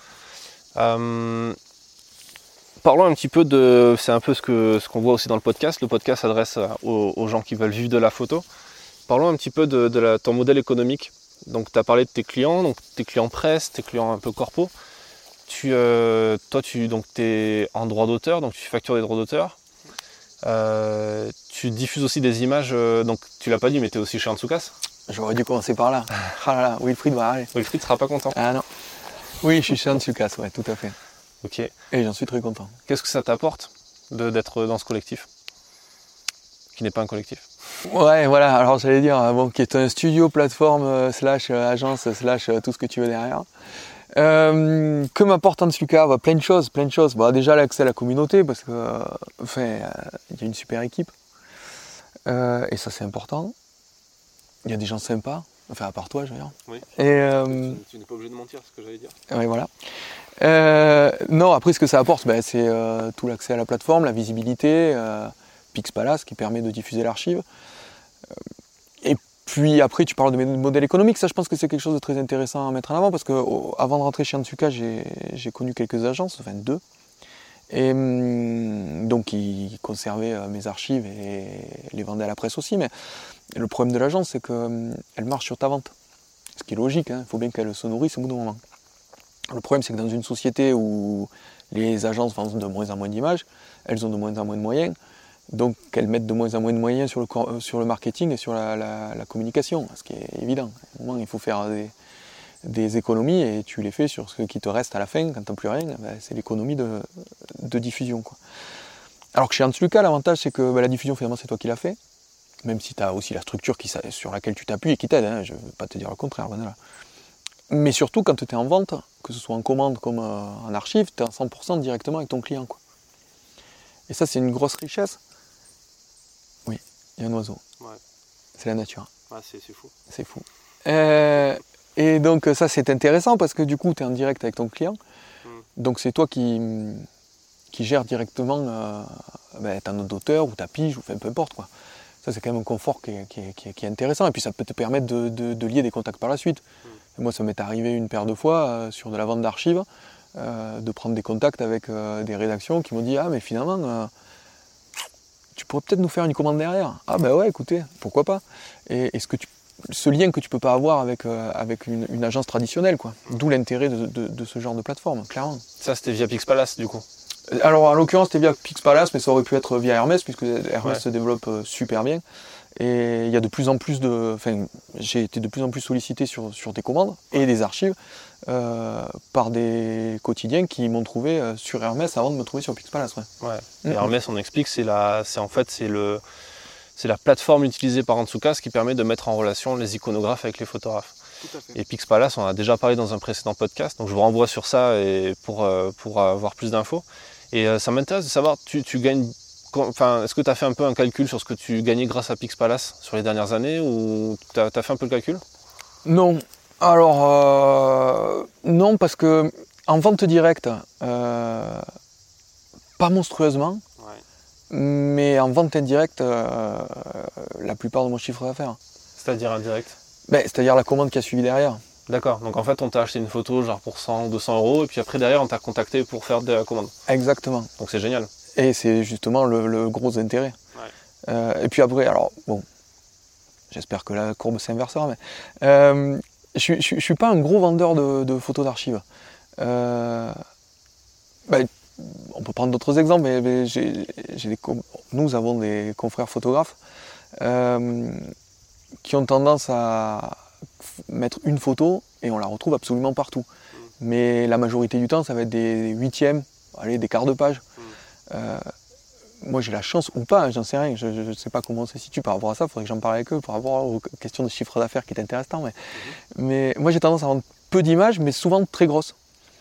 Speaker 3: Ouais. Parlons un petit peu c'est un peu ce qu'on voit aussi dans le podcast. Le podcast s'adresse aux gens qui veulent vivre de la photo. Parlons un petit peu de ton modèle économique. Donc, tu as parlé de tes clients, donc tes clients presse, tes clients un peu corpo. Toi, tu es en droit d'auteur, donc tu factures des droits d'auteur. Tu diffuses aussi des images, donc tu l'as pas dit, mais tu es aussi chez Antsoukas.
Speaker 1: J'aurais dû commencer par là. Ah là là, Wilfried va aller.
Speaker 3: Wilfried sera pas content.
Speaker 1: Ah non. Oui, je suis chez Antsoukas, ouais, tout à fait.
Speaker 3: Ok.
Speaker 1: Et j'en suis très content.
Speaker 3: Qu'est-ce que ça t'apporte d'être dans ce collectif, qui n'est pas un collectif?
Speaker 1: Ouais, voilà, alors j'allais dire, qui est un studio, plateforme, / agence, / tout ce que tu veux derrière. Que m'apporte Antsoukas? Plein de choses. Déjà l'accès à la communauté, parce que il y a une super équipe. Et ça c'est important. Il y a des gens sympas, enfin à part toi, je veux dire.
Speaker 3: Oui.
Speaker 1: Et,
Speaker 3: tu n'es pas obligé de mentir, c'est ce que j'allais dire.
Speaker 1: Oui, voilà. Non, après ce que ça apporte, c'est tout l'accès à la plateforme, la visibilité, Pixpalace qui permet de diffuser l'archive. Et puis après tu parles de mes modèles économiques, ça je pense que c'est quelque chose de très intéressant à mettre en avant, parce que avant de rentrer chez Antsoukas, j'ai connu quelques agences, enfin 2, et donc qui conservaient mes archives et les vendaient à la presse aussi, mais le problème de l'agence c'est qu'elle marche sur ta vente, ce qui est logique, il faut bien qu'elle se nourrisse au bout d'un moment. Le problème c'est que dans une société où Les agences vendent de moins en moins d'images, elles ont de moins en moins de moyens, donc elles mettent de moins en moins de moyens sur le marketing et sur la communication, ce qui est évident. À un moment, il faut faire des économies et tu les fais sur ce qui te reste à la fin, quand tu n'as plus rien, c'est l'économie de diffusion, quoi. Alors que chez Hans Lucas, l'avantage c'est que la diffusion finalement c'est toi qui l'as fait, même si tu as aussi la structure sur laquelle tu t'appuies et qui t'aide, hein, je ne veux pas te dire le contraire, voilà. Mais surtout quand tu es en vente, que ce soit en commande comme en archive, tu es à 100% directement avec ton client, quoi. Et ça c'est une grosse richesse. Oui, il y a un oiseau. Ouais. C'est la nature.
Speaker 3: Ouais, c'est fou.
Speaker 1: C'est fou. Et donc ça c'est intéressant parce que du coup tu es en direct avec ton client, donc c'est toi qui gère directement ta note d'auteur ou ta pige ou peu importe, quoi. Ça c'est quand même un confort qui est intéressant et puis ça peut te permettre de lier des contacts par la suite. Moi ça m'est arrivé une paire de fois sur de la vente d'archives de prendre des contacts avec des rédactions qui m'ont dit mais finalement tu pourrais peut-être nous faire une commande derrière. Ah ouais, écoutez, pourquoi pas. Et ce lien que tu peux pas avoir avec une agence traditionnelle, quoi. D'où l'intérêt de ce genre de plateforme, clairement.
Speaker 3: Ça c'était via Pixpalace du coup.
Speaker 1: Alors en l'occurrence c'était via Pixpalace, mais ça aurait pu être via Hermès, puisque Hermès se développe super bien. Et il y a de plus en plus j'ai été de plus en plus sollicité sur des commandes et des archives par des quotidiens qui m'ont trouvé sur Hermès avant de me trouver sur Pixpalace.
Speaker 3: Ouais. Et Hermès, on explique, c'est la plateforme utilisée par Hansuka, ce qui permet de mettre en relation les iconographes avec les photographes.
Speaker 1: Tout à fait.
Speaker 3: Et Pixpalace, on en a déjà parlé dans un précédent podcast, donc je vous renvoie sur ça et pour avoir plus d'infos. Et ça m'intéresse de savoir, tu gagnes, est-ce que tu as fait un peu un calcul sur ce que tu gagnais grâce à Pixpalace sur les dernières années, ou tu as fait un peu le calcul?
Speaker 1: Non. Alors, non, parce que en vente directe, pas monstrueusement, mais en vente indirecte, la plupart de mon chiffre d'affaires.
Speaker 3: C'est-à-dire indirect?
Speaker 1: C'est-à-dire la commande qui a suivi derrière.
Speaker 3: D'accord, donc en fait on t'a acheté une photo genre pour 100 ou 200 euros et puis après derrière on t'a contacté pour faire de la commande.
Speaker 1: Exactement.
Speaker 3: Donc c'est génial.
Speaker 1: Et c'est justement le gros intérêt.
Speaker 3: Ouais.
Speaker 1: Et puis après, alors bon, j'espère que la courbe s'inversera, mais je suis pas un gros vendeur de photos d'archives. On peut prendre d'autres exemples, mais nous avons des confrères photographes qui ont tendance à mettre une photo et on la retrouve absolument partout. Mais la majorité du temps, ça va être des huitièmes, des quarts de page. Moi j'ai la chance ou pas, j'en sais rien, je ne sais pas comment on se situe par rapport à ça, il faudrait que j'en parle avec eux par rapport aux questions de chiffre d'affaires qui est intéressant. Mais moi j'ai tendance à vendre peu d'images, mais souvent très grosses.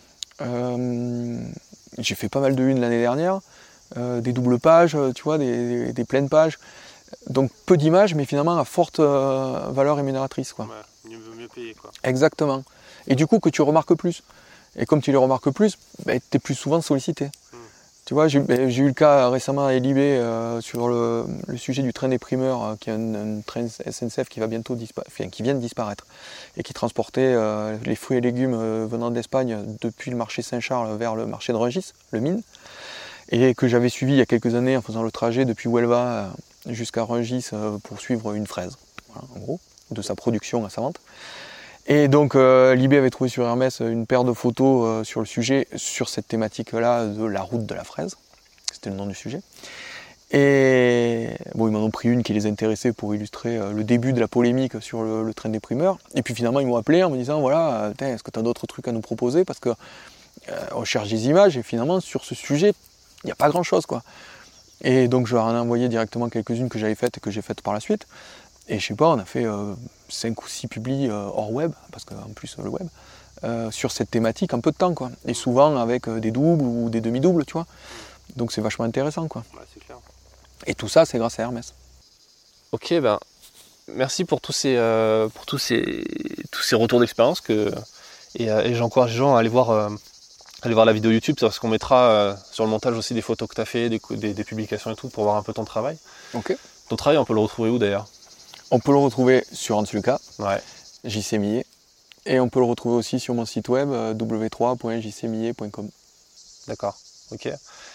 Speaker 1: J'ai fait pas mal de unes l'année dernière, des doubles pages, tu vois, des pleines pages. Donc peu d'images, mais finalement à forte valeur rémunératrice, quoi.
Speaker 3: Ouais, mieux payé, quoi.
Speaker 1: Exactement. Et du coup que tu remarques plus. Et comme tu les remarques plus, tu es plus souvent sollicité. Tu vois, j'ai eu le cas récemment à Libé sur le sujet du train des primeurs, qui est un train SNCF qui va bientôt qui vient de disparaître et qui transportait les fruits et légumes venant d'Espagne depuis le marché Saint-Charles vers le marché de Rungis, le Mine, et que j'avais suivi il y a quelques années en faisant le trajet depuis Huelva jusqu'à Rungis pour suivre une fraise, voilà, en gros, de sa production à sa vente. Et donc Libé avait trouvé sur Hermès une paire de photos sur le sujet, sur cette thématique-là de la route de la fraise. C'était le nom du sujet. Et bon, ils m'en ont pris une qui les intéressait pour illustrer le début de la polémique sur le train des primeurs. Et puis finalement, ils m'ont appelé en me disant, voilà, est-ce que tu as d'autres trucs à nous proposer? Parce que on cherche des images et finalement, sur ce sujet, il n'y a pas grand-chose, quoi. Et donc je leur en ai envoyé directement quelques-unes que j'avais faites et que j'ai faites par la suite. Et je sais pas, on a fait 5 ou 6 publis hors web, parce qu'en plus le web, sur cette thématique en peu de temps, quoi. Et souvent avec des doubles ou des demi-doubles, tu vois. Donc c'est vachement intéressant, quoi. Ouais, c'est clair. Et tout ça, c'est grâce à Hermès.
Speaker 3: Ok, merci pour tous ces retours d'expérience et j'encourage les gens à aller voir la vidéo YouTube, parce qu'on mettra sur le montage aussi des photos que tu as fait, des publications et tout, pour voir un peu ton travail.
Speaker 1: Ok.
Speaker 3: Ton travail, on peut le retrouver où d'ailleurs?
Speaker 1: On peut le retrouver sur Hans Lucas,
Speaker 3: ouais.
Speaker 1: JC Millet, et on peut le retrouver aussi sur mon site web w3.jcmillet.com.
Speaker 3: D'accord, ok.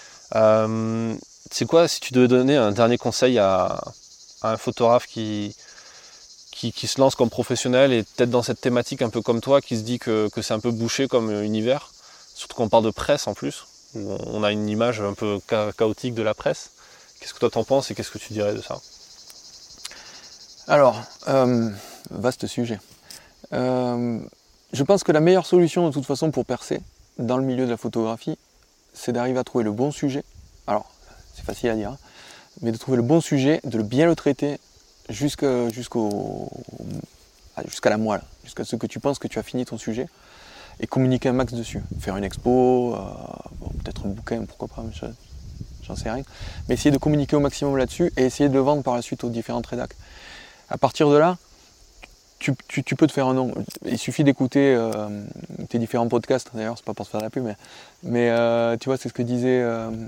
Speaker 3: C'est quoi, si tu devais donner un dernier conseil à un photographe qui se lance comme professionnel et peut-être dans cette thématique un peu comme toi, qui se dit que c'est un peu bouché comme univers, surtout qu'on parle de presse en plus, où on a une image un peu chaotique de la presse. Qu'est-ce que toi t'en penses et qu'est-ce que tu dirais de ça?
Speaker 1: Alors, vaste sujet. Je pense que la meilleure solution de toute façon pour percer dans le milieu de la photographie, c'est d'arriver à trouver le bon sujet. Alors, c'est facile à dire, hein, mais de trouver le bon sujet, de bien le traiter jusqu'à la moelle, jusqu'à ce que tu penses que tu as fini ton sujet, et communiquer un max dessus. Faire une expo, peut-être un bouquin, pourquoi pas, j'en sais rien. Mais essayer de communiquer au maximum là-dessus et essayer de le vendre par la suite aux différentes rédacs. À partir de là, tu peux te faire un nom. Il suffit d'écouter tes différents podcasts, d'ailleurs, c'est pas pour se faire la pub, mais tu vois, c'est ce que disait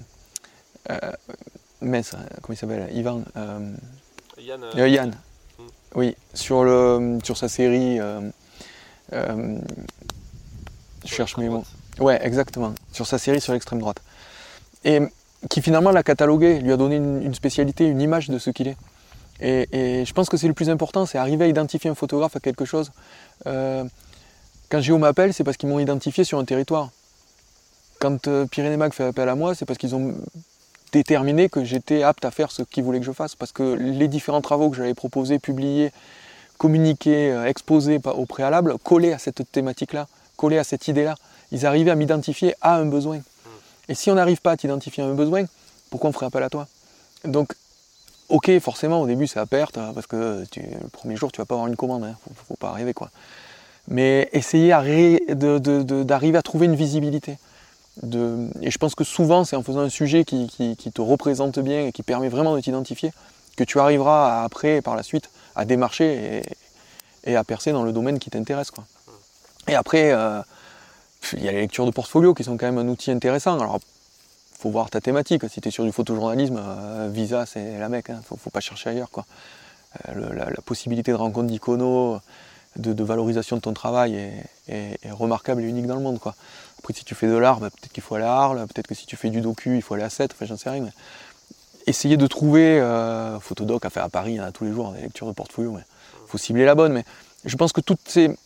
Speaker 1: Metz, comment il s'appelle, Yvan Yann. Oui, sur sa série. Je cherche mes mots. Ouais, exactement. Sur sa série sur l'extrême droite. Et qui finalement l'a catalogué, lui a donné une spécialité, une image de ce qu'il est. Et je pense que c'est le plus important, c'est arriver à identifier un photographe à quelque chose. Quand Géo m'appelle, c'est parce qu'ils m'ont identifié sur un territoire. Quand Pyrénées Mag fait appel à moi, c'est parce qu'ils ont déterminé que j'étais apte à faire ce qu'ils voulaient que je fasse. Parce que les différents travaux que j'avais proposés, publiés, communiqués, exposés au préalable, collaient à cette thématique-là, collaient à cette idée-là. Ils arrivaient à m'identifier à un besoin. Et si on n'arrive pas à t'identifier à un besoin, pourquoi on ferait appel à toi? Donc, ok, forcément, au début, c'est à perte, parce que le premier jour, tu vas pas avoir une commande, hein, faut pas rêver, quoi. Mais essayer d'arriver à trouver une visibilité. Et je pense que souvent, c'est en faisant un sujet qui te représente bien et qui permet vraiment de t'identifier que tu arriveras après, par la suite, à démarcher et à percer dans le domaine qui t'intéresse, quoi. Et après, il y a les lectures de portfolio qui sont quand même un outil intéressant. Alors, faut voir ta thématique. Si tu es sur du photojournalisme, Visa, c'est la mecque, hein. Faut pas chercher ailleurs, quoi. La possibilité de rencontre d'iconos, de valorisation de ton travail est remarquable et unique dans le monde, quoi. Après, si tu fais de l'art, peut-être qu'il faut aller à Arles, peut-être que si tu fais du docu, il faut aller à Sète, enfin j'en sais rien. Mais essayer de trouver, Photodoc à faire à Paris, il y en a tous les jours, des lectures de portfolio, il faut cibler la bonne. Mais je pense que toutes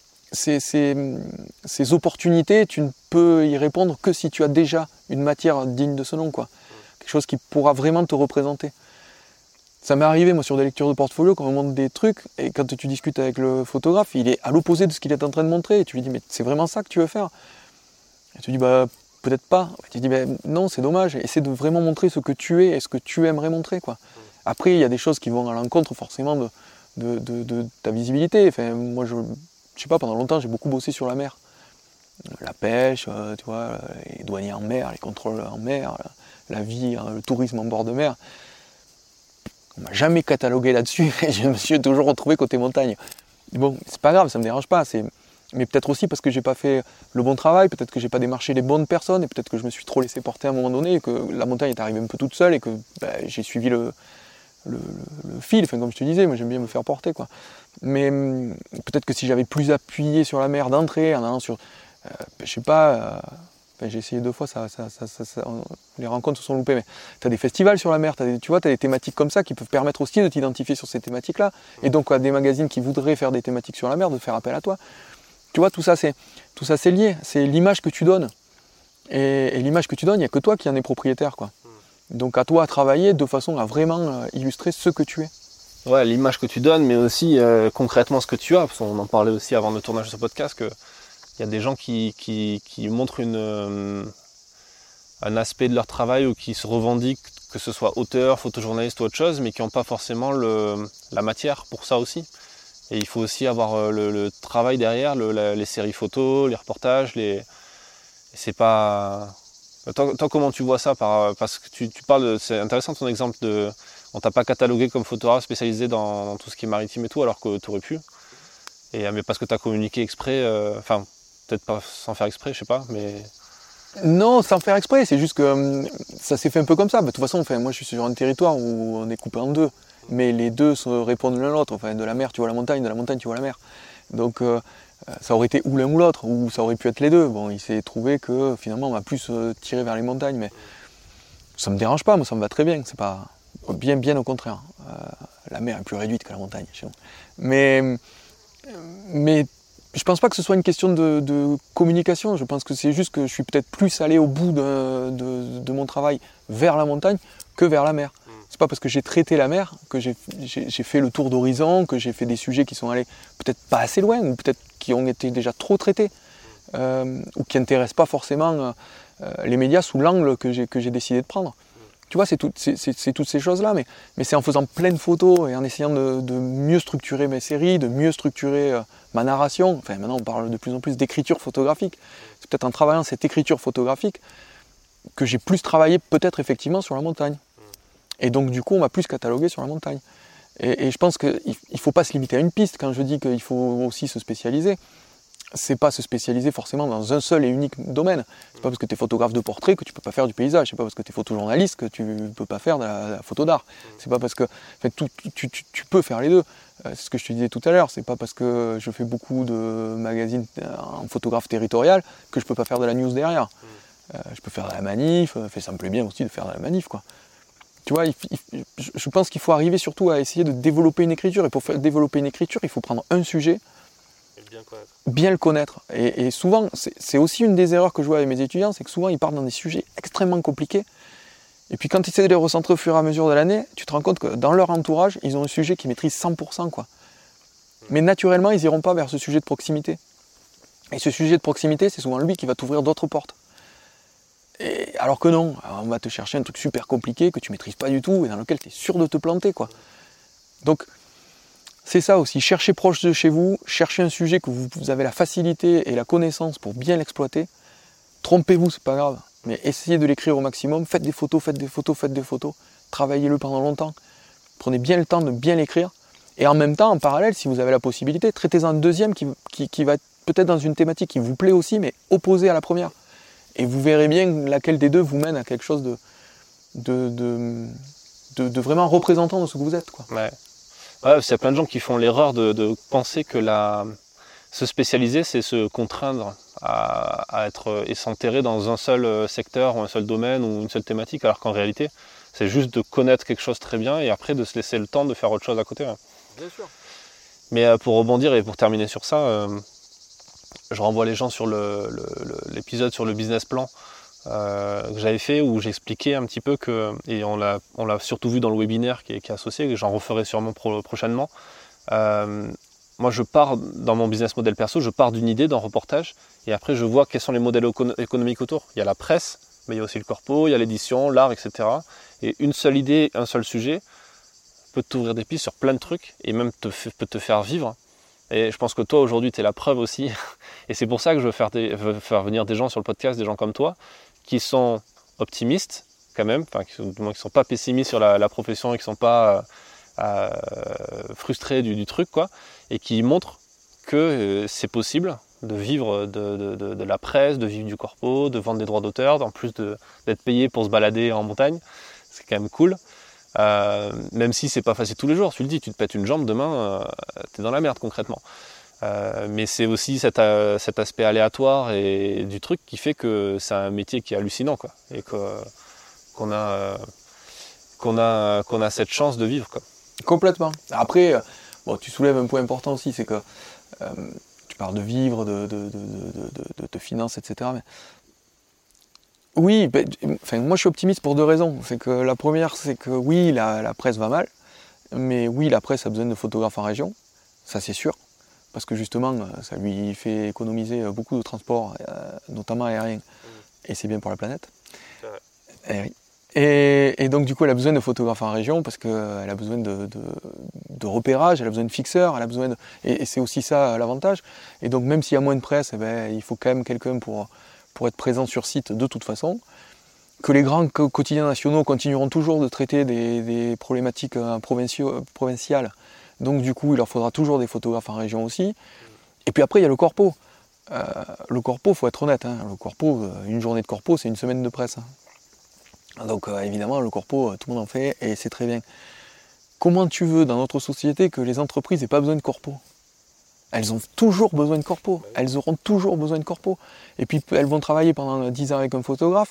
Speaker 1: ces opportunités, tu ne peux y répondre que si tu as déjà une matière digne de ce nom, quoi. Quelque chose qui pourra vraiment te représenter. Ça m'est arrivé, moi, sur des lectures de portfolio, quand on montre des trucs, et quand tu discutes avec le photographe, il est à l'opposé de ce qu'il est en train de montrer, et tu lui dis, mais c'est vraiment ça que tu veux faire? Et tu dis, peut-être pas. Et tu dis, non, c'est dommage, essaie de vraiment montrer ce que tu es et ce que tu aimerais montrer, quoi. Après, il y a des choses qui vont à l'encontre, forcément, de ta visibilité. Enfin, moi, je sais pas, pendant longtemps, j'ai beaucoup bossé sur la mer. La pêche, tu vois, les douaniers en mer, les contrôles en mer, la vie, le tourisme en bord de mer. On m'a jamais catalogué là-dessus et je me suis toujours retrouvé côté montagne. Bon, c'est pas grave, ça me dérange pas. Mais peut-être aussi parce que j'ai pas fait le bon travail, peut-être que j'ai pas démarché les bonnes personnes et peut-être que je me suis trop laissé porter à un moment donné et que la montagne est arrivée un peu toute seule et que j'ai suivi le fil, enfin, comme je te disais, moi j'aime bien me faire porter, quoi. Mais peut-être que si j'avais plus appuyé sur la mer d'entrée, en allant sur, je sais pas, j'ai essayé 2 fois, les rencontres se sont loupées, mais tu as des festivals sur la mer, tu vois, tu as des thématiques comme ça qui peuvent permettre aussi de t'identifier sur ces thématiques-là, et donc à des magazines qui voudraient faire des thématiques sur la mer, de faire appel à toi. Tu vois, tout ça c'est lié, c'est l'image que tu donnes, et l'image que tu donnes, il n'y a que toi qui en es propriétaire, quoi. Donc à toi à travailler de façon à vraiment illustrer ce que tu es.
Speaker 3: Ouais, l'image que tu donnes, mais aussi concrètement ce que tu as, parce qu'on en parlait aussi avant le tournage de ce podcast, qu'il y a des gens qui montrent un aspect de leur travail ou qui se revendiquent, que ce soit auteur, photojournaliste ou autre chose, mais qui n'ont pas forcément la matière pour ça aussi. Et il faut aussi avoir le travail derrière, les séries photos, les reportages, c'est pas... Toi, comment tu vois ça? Parce que tu parles, c'est intéressant ton exemple on t'a pas catalogué comme photographe spécialisé dans tout ce qui est maritime et tout, alors que tu aurais pu. Mais parce que tu as communiqué exprès, enfin, peut-être pas sans faire exprès, je sais pas, mais...
Speaker 1: Non, sans faire exprès, c'est juste que ça s'est fait un peu comme ça. De toute façon, moi je suis sur un territoire où on est coupé en deux, mais les deux se répondent l'un l'autre. Enfin, de la mer tu vois la montagne, de la montagne tu vois la mer. Donc ça aurait été ou l'un ou l'autre, ou ça aurait pu être les deux. Bon, il s'est trouvé que finalement on m'a plus tiré vers les montagnes, mais ça me dérange pas, moi ça me va très bien. C'est pas bien au contraire. La mer est plus réduite que la montagne chez nous. Mais je pense pas que ce soit une question de communication, je pense que c'est juste que je suis peut-être plus allé au bout de mon travail vers la montagne que vers la mer. C'est pas parce que j'ai traité la mer que j'ai fait le tour d'horizon, que j'ai fait des sujets qui sont allés peut-être pas assez loin, ou peut-être qui ont été déjà trop traités, ou qui n'intéressent pas forcément les médias sous l'angle que j'ai décidé de prendre. Tu vois, c'est toutes ces choses-là, mais c'est en faisant plein de photos et en essayant de mieux structurer mes séries, de mieux structurer ma narration. Enfin, maintenant, on parle de plus en plus d'écriture photographique. C'est peut-être en travaillant cette écriture photographique que j'ai plus travaillé peut-être effectivement sur la montagne. Et donc, du coup, on m'a plus catalogué sur la montagne. Et je pense qu'il ne faut pas se limiter à une piste. Quand je dis qu'il faut aussi se spécialiser, c'est pas se spécialiser forcément dans un seul et unique domaine. C'est pas parce que tu es photographe de portrait que tu peux pas faire du paysage. C'est pas parce que tu es photojournaliste que tu peux pas faire de la photo d'art. C'est pas parce que tu peux faire les deux. C'est ce que je te disais tout à l'heure. C'est pas parce que je fais beaucoup de magazines en photographe territorial que je peux pas faire de la news derrière. Je peux faire de la manif. Ça me plaît bien aussi de faire de la manif, quoi. Tu vois, je pense qu'il faut arriver surtout à essayer de développer une écriture. Et pour développer une écriture, il faut prendre un sujet, bien le connaître. Et souvent, c'est aussi une des erreurs que je vois avec mes étudiants, c'est que souvent ils partent dans des sujets extrêmement compliqués. Et puis quand ils essaient de les recentrer au fur et à mesure de l'année, tu te rends compte que dans leur entourage, ils ont un sujet qu'ils maîtrisent 100%, quoi. Mais naturellement, ils n'iront pas vers ce sujet de proximité. Et ce sujet de proximité, c'est souvent lui qui va t'ouvrir d'autres portes. Et alors que non, on va te chercher un truc super compliqué que tu maîtrises pas du tout et dans lequel tu es sûr de te planter, quoi. Donc, c'est ça aussi, cherchez proche de chez vous, cherchez un sujet que vous avez la facilité et la connaissance pour bien l'exploiter. Trompez-vous, c'est pas grave, mais essayez de l'écrire au maximum, faites des photos, travaillez-le pendant longtemps. Prenez bien le temps de bien l'écrire. Et en même temps, en parallèle, si vous avez la possibilité, traitez-en un deuxième qui va être peut-être dans une thématique qui vous plaît aussi, mais opposée à la première. Et vous verrez bien laquelle des deux vous mène à quelque chose de vraiment représentant de ce que vous êtes, quoi.
Speaker 3: Ouais. Ouais, il y a plein de gens qui font l'erreur de penser que se spécialiser, c'est se contraindre à être et s'enterrer dans un seul secteur ou un seul domaine ou une seule thématique, alors qu'en réalité, c'est juste de connaître quelque chose très bien et après de se laisser le temps de faire autre chose à côté. Ouais.
Speaker 2: Bien sûr.
Speaker 3: Mais pour rebondir et pour terminer sur ça, je renvoie les gens sur l'épisode sur le business plan que j'avais fait, où j'expliquais un petit peu que, et on l'a surtout vu dans le webinaire qui est associé, que j'en referai sûrement prochainement. Moi, je pars dans mon business model perso, je pars d'une idée, d'un reportage, et après je vois quels sont les modèles économiques autour. Il y a la presse, mais il y a aussi le corpo, il y a l'édition, l'art, etc. Et une seule idée, un seul sujet peut t'ouvrir des pistes sur plein de trucs et même peut te faire vivre. Et je pense que toi aujourd'hui tu es la preuve aussi. Et c'est pour ça que je veux faire venir des gens sur le podcast, des gens comme toi, qui sont optimistes quand même, enfin qui ne sont pas pessimistes sur la profession et qui ne sont pas frustrés du truc, quoi, et qui montrent que c'est possible de vivre de la presse, de vivre du corpo, de vendre des droits d'auteur, en plus d'être payé pour se balader en montagne. C'est quand même cool. Même si c'est pas facile tous les jours, tu le dis, tu te pètes une jambe, demain t'es dans la merde concrètement. Mais c'est aussi cet aspect aléatoire et du truc qui fait que c'est un métier qui est hallucinant, quoi, et qu'on a cette chance de vivre, quoi.
Speaker 1: Complètement. Après, tu soulèves un point important aussi, c'est que tu parles de vivre, de finances, etc. Mais oui, moi je suis optimiste pour deux raisons. C'est que la première, c'est que oui, la presse va mal, mais oui, la presse a besoin de photographes en région, ça c'est sûr, parce que justement, ça lui fait économiser beaucoup de transports, notamment aérien, et c'est bien pour la planète. C'est vrai. Et donc du coup, elle a besoin de photographes en région, parce qu'elle a besoin de repérage, elle a besoin de fixeurs, elle a besoin et c'est aussi ça l'avantage. Et donc même s'il y a moins de presse, il faut quand même quelqu'un pour être présent sur site de toute façon, que les grands quotidiens nationaux continueront toujours de traiter des problématiques provinciales, donc du coup il leur faudra toujours des photographes en région aussi. Et puis après il y a le corpo. Le corpo, faut être honnête, le corpo, une journée de corpo c'est une semaine de presse. Donc évidemment le corpo, tout le monde en fait et c'est très bien. Comment tu veux dans notre société que les entreprises n'aient pas besoin de corpo ? Elles ont toujours besoin de corpo, elles auront toujours besoin de corpo. Et puis elles vont travailler pendant 10 ans avec un photographe.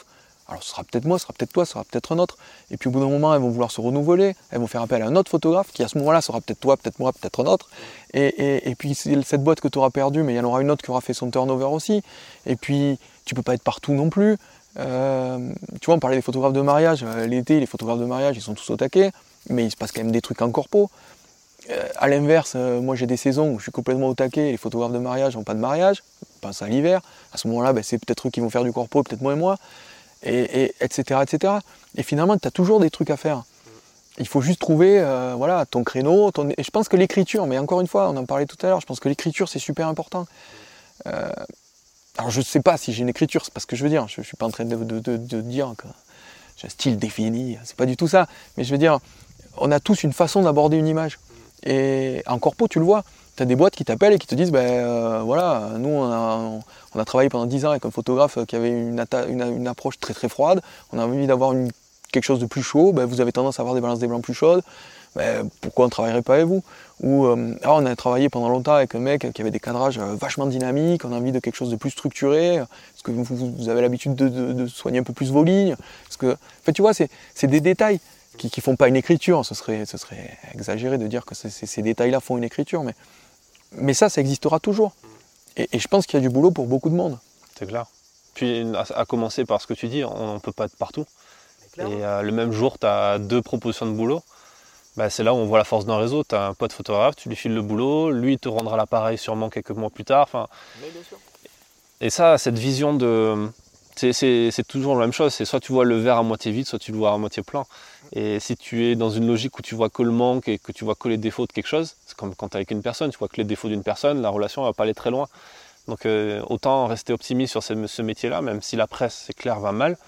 Speaker 1: Alors ce sera peut-être moi, ce sera peut-être toi, ce sera peut-être un autre. Et puis au bout d'un moment, elles vont vouloir se renouveler, elles vont faire appel à un autre photographe qui à ce moment-là sera peut-être toi, peut-être moi, peut-être un autre. Et puis c'est cette boîte que tu auras perdue, mais il y en aura une autre qui aura fait son turnover aussi. Et puis tu peux pas être partout non plus. Tu vois, on parlait des photographes de mariage. L'été, les photographes de mariage, ils sont tous au taquet, mais il se passe quand même des trucs en corpo. À l'inverse, moi j'ai des saisons où je suis complètement au taquet, les photographes de mariage n'ont pas de mariage, pense à l'hiver. À ce moment-là, c'est peut-être eux qui vont faire du corpo, peut-être moi et moi. Etc., etc. Et finalement, tu as toujours des trucs à faire. Il faut juste trouver ton créneau. Et je pense que l'écriture, mais encore une fois, on en parlait tout à l'heure, je pense que l'écriture, c'est super important. Alors, je ne sais pas si j'ai une écriture, c'est pas ce que je veux dire. Je ne suis pas en train de dire que j'ai un style défini, c'est pas du tout ça. Mais je veux dire, on a tous une façon d'aborder une image. Et en corpo, tu le vois. Tu as des boîtes qui t'appellent et qui te disent nous on a travaillé pendant 10 ans avec un photographe qui avait une approche très très froide, on a envie d'avoir quelque chose de plus chaud, vous avez tendance à avoir des balances des blancs plus chaudes, pourquoi on ne travaillerait pas avec vous? Ou on a travaillé pendant longtemps avec un mec qui avait des cadrages vachement dynamiques, on a envie de quelque chose de plus structuré, est-ce que vous avez l'habitude de soigner un peu plus vos lignes? Tu vois, c'est des détails qui ne font pas une écriture, ce serait exagéré de dire que ces détails-là font une écriture, mais ça existera toujours. Et je pense qu'il y a du boulot pour beaucoup de monde.
Speaker 3: C'est clair. Puis à commencer par ce que tu dis, on ne peut pas être partout. Et le même jour, tu as 2 propositions de boulot. C'est là où on voit la force d'un réseau. Tu as un pote photographe, tu lui files le boulot, lui il te rendra l'appareil sûrement quelques mois plus tard.
Speaker 1: Mais bien sûr.
Speaker 3: Et ça, cette vision de... C'est toujours la même chose, c'est soit tu vois le verre à moitié vide, soit tu le vois à moitié plein. Et si tu es dans une logique où tu vois que le manque et que tu vois que les défauts de quelque chose, c'est comme quand tu es avec une personne, tu vois que les défauts d'une personne, la relation ne va pas aller très loin. Donc autant rester optimiste sur ce métier-là, même si la presse, c'est clair, va mal.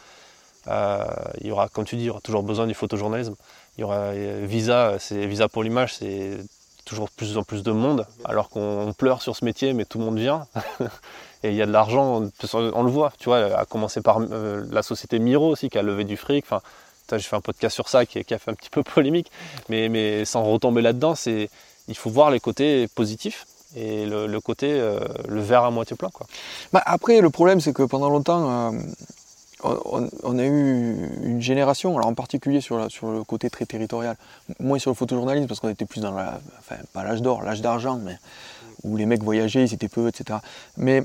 Speaker 3: Il y aura, comme tu dis, il y aura toujours besoin du photojournalisme. Il y aura Visa pour l'image, c'est toujours plus en plus de monde, alors qu'on pleure sur ce métier, mais tout le monde vient. Et il y a de l'argent, on le voit, tu vois, à commencer par la société Miro aussi, qui a levé du fric. J'ai fait un podcast sur ça qui a fait un petit peu polémique, mais sans retomber là-dedans, il faut voir les côtés positifs et le côté, le verre à moitié plein, quoi.
Speaker 1: Après, le problème, c'est que pendant longtemps, on a eu une génération, alors en particulier sur le côté très territorial, moins sur le photojournalisme, parce qu'on était plus dans pas l'âge d'or, l'âge d'argent, mais où les mecs voyageaient, ils étaient peu, etc. Mais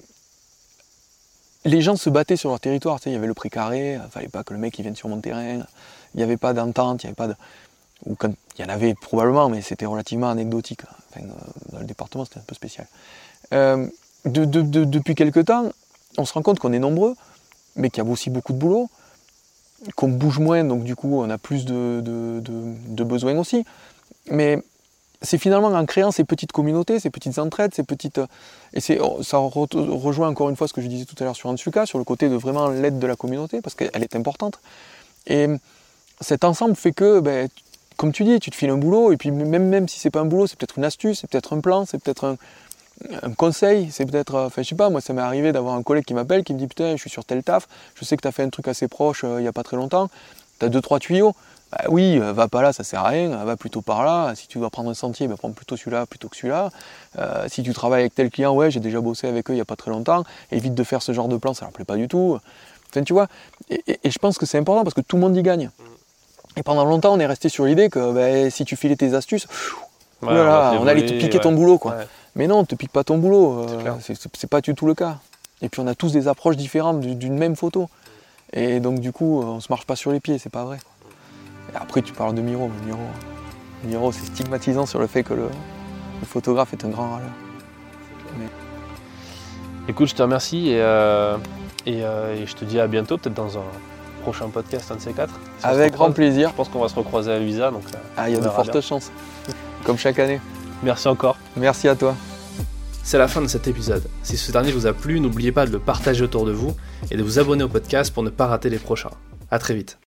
Speaker 1: les gens se battaient sur leur territoire, il y avait le précaré, il ne fallait pas que le mec il vienne sur mon terrain, il n'y avait pas d'entente, il n'y avait pas de... Ou quand il y en avait probablement, mais c'était relativement anecdotique. Dans le département, c'était un peu spécial. Depuis quelques temps, on se rend compte qu'on est nombreux, mais qu'il y a aussi beaucoup de boulot, qu'on bouge moins, donc du coup on a plus de besoins aussi. Mais c'est finalement en créant ces petites communautés, ces petites entraides, et ça rejoint encore une fois ce que je disais tout à l'heure sur Ansuka, sur le côté de vraiment l'aide de la communauté, parce qu'elle est importante. Et cet ensemble fait que, comme tu dis, tu te files un boulot, et puis même si c'est pas un boulot, c'est peut-être une astuce, c'est peut-être un plan, c'est peut-être un conseil, c'est peut-être, je sais pas, moi ça m'est arrivé d'avoir un collègue qui m'appelle, qui me dit putain, je suis sur tel taf, je sais que tu as fait un truc assez proche il y a pas très longtemps, tu as 2-3 tuyaux. Oui, va pas là, ça sert à rien, va plutôt par là. Si tu dois prendre un sentier, prends plutôt celui-là plutôt que celui-là. Si tu travailles avec tel client, ouais, j'ai déjà bossé avec eux il n'y a pas très longtemps, évite de faire ce genre de plan, ça leur plaît pas du tout. Tu vois, et je pense que c'est important parce que tout le monde y gagne. Et pendant longtemps, on est resté sur l'idée que si tu filais tes astuces, on allait te piquer ton boulot, quoi. Ouais. Mais non, on te pique pas ton boulot, c'est pas du tout le cas. Et puis on a tous des approches différentes d'une même photo. Et donc du coup, on se marche pas sur les pieds, c'est pas vrai. Et après, tu parles de Miro, mais Miro, c'est stigmatisant sur le fait que le photographe est un grand râleur. Mais...
Speaker 3: Écoute, je te remercie et je te dis à bientôt, peut-être dans un prochain podcast, un de ces 4.
Speaker 1: Avec grand plaisir.
Speaker 3: Je pense qu'on va se recroiser à Visa.
Speaker 1: Il y a de fortes chances, comme chaque année.
Speaker 3: Merci encore.
Speaker 1: Merci à toi.
Speaker 2: C'est la fin de cet épisode. Si ce dernier vous a plu, n'oubliez pas de le partager autour de vous et de vous abonner au podcast pour ne pas rater les prochains. À très vite.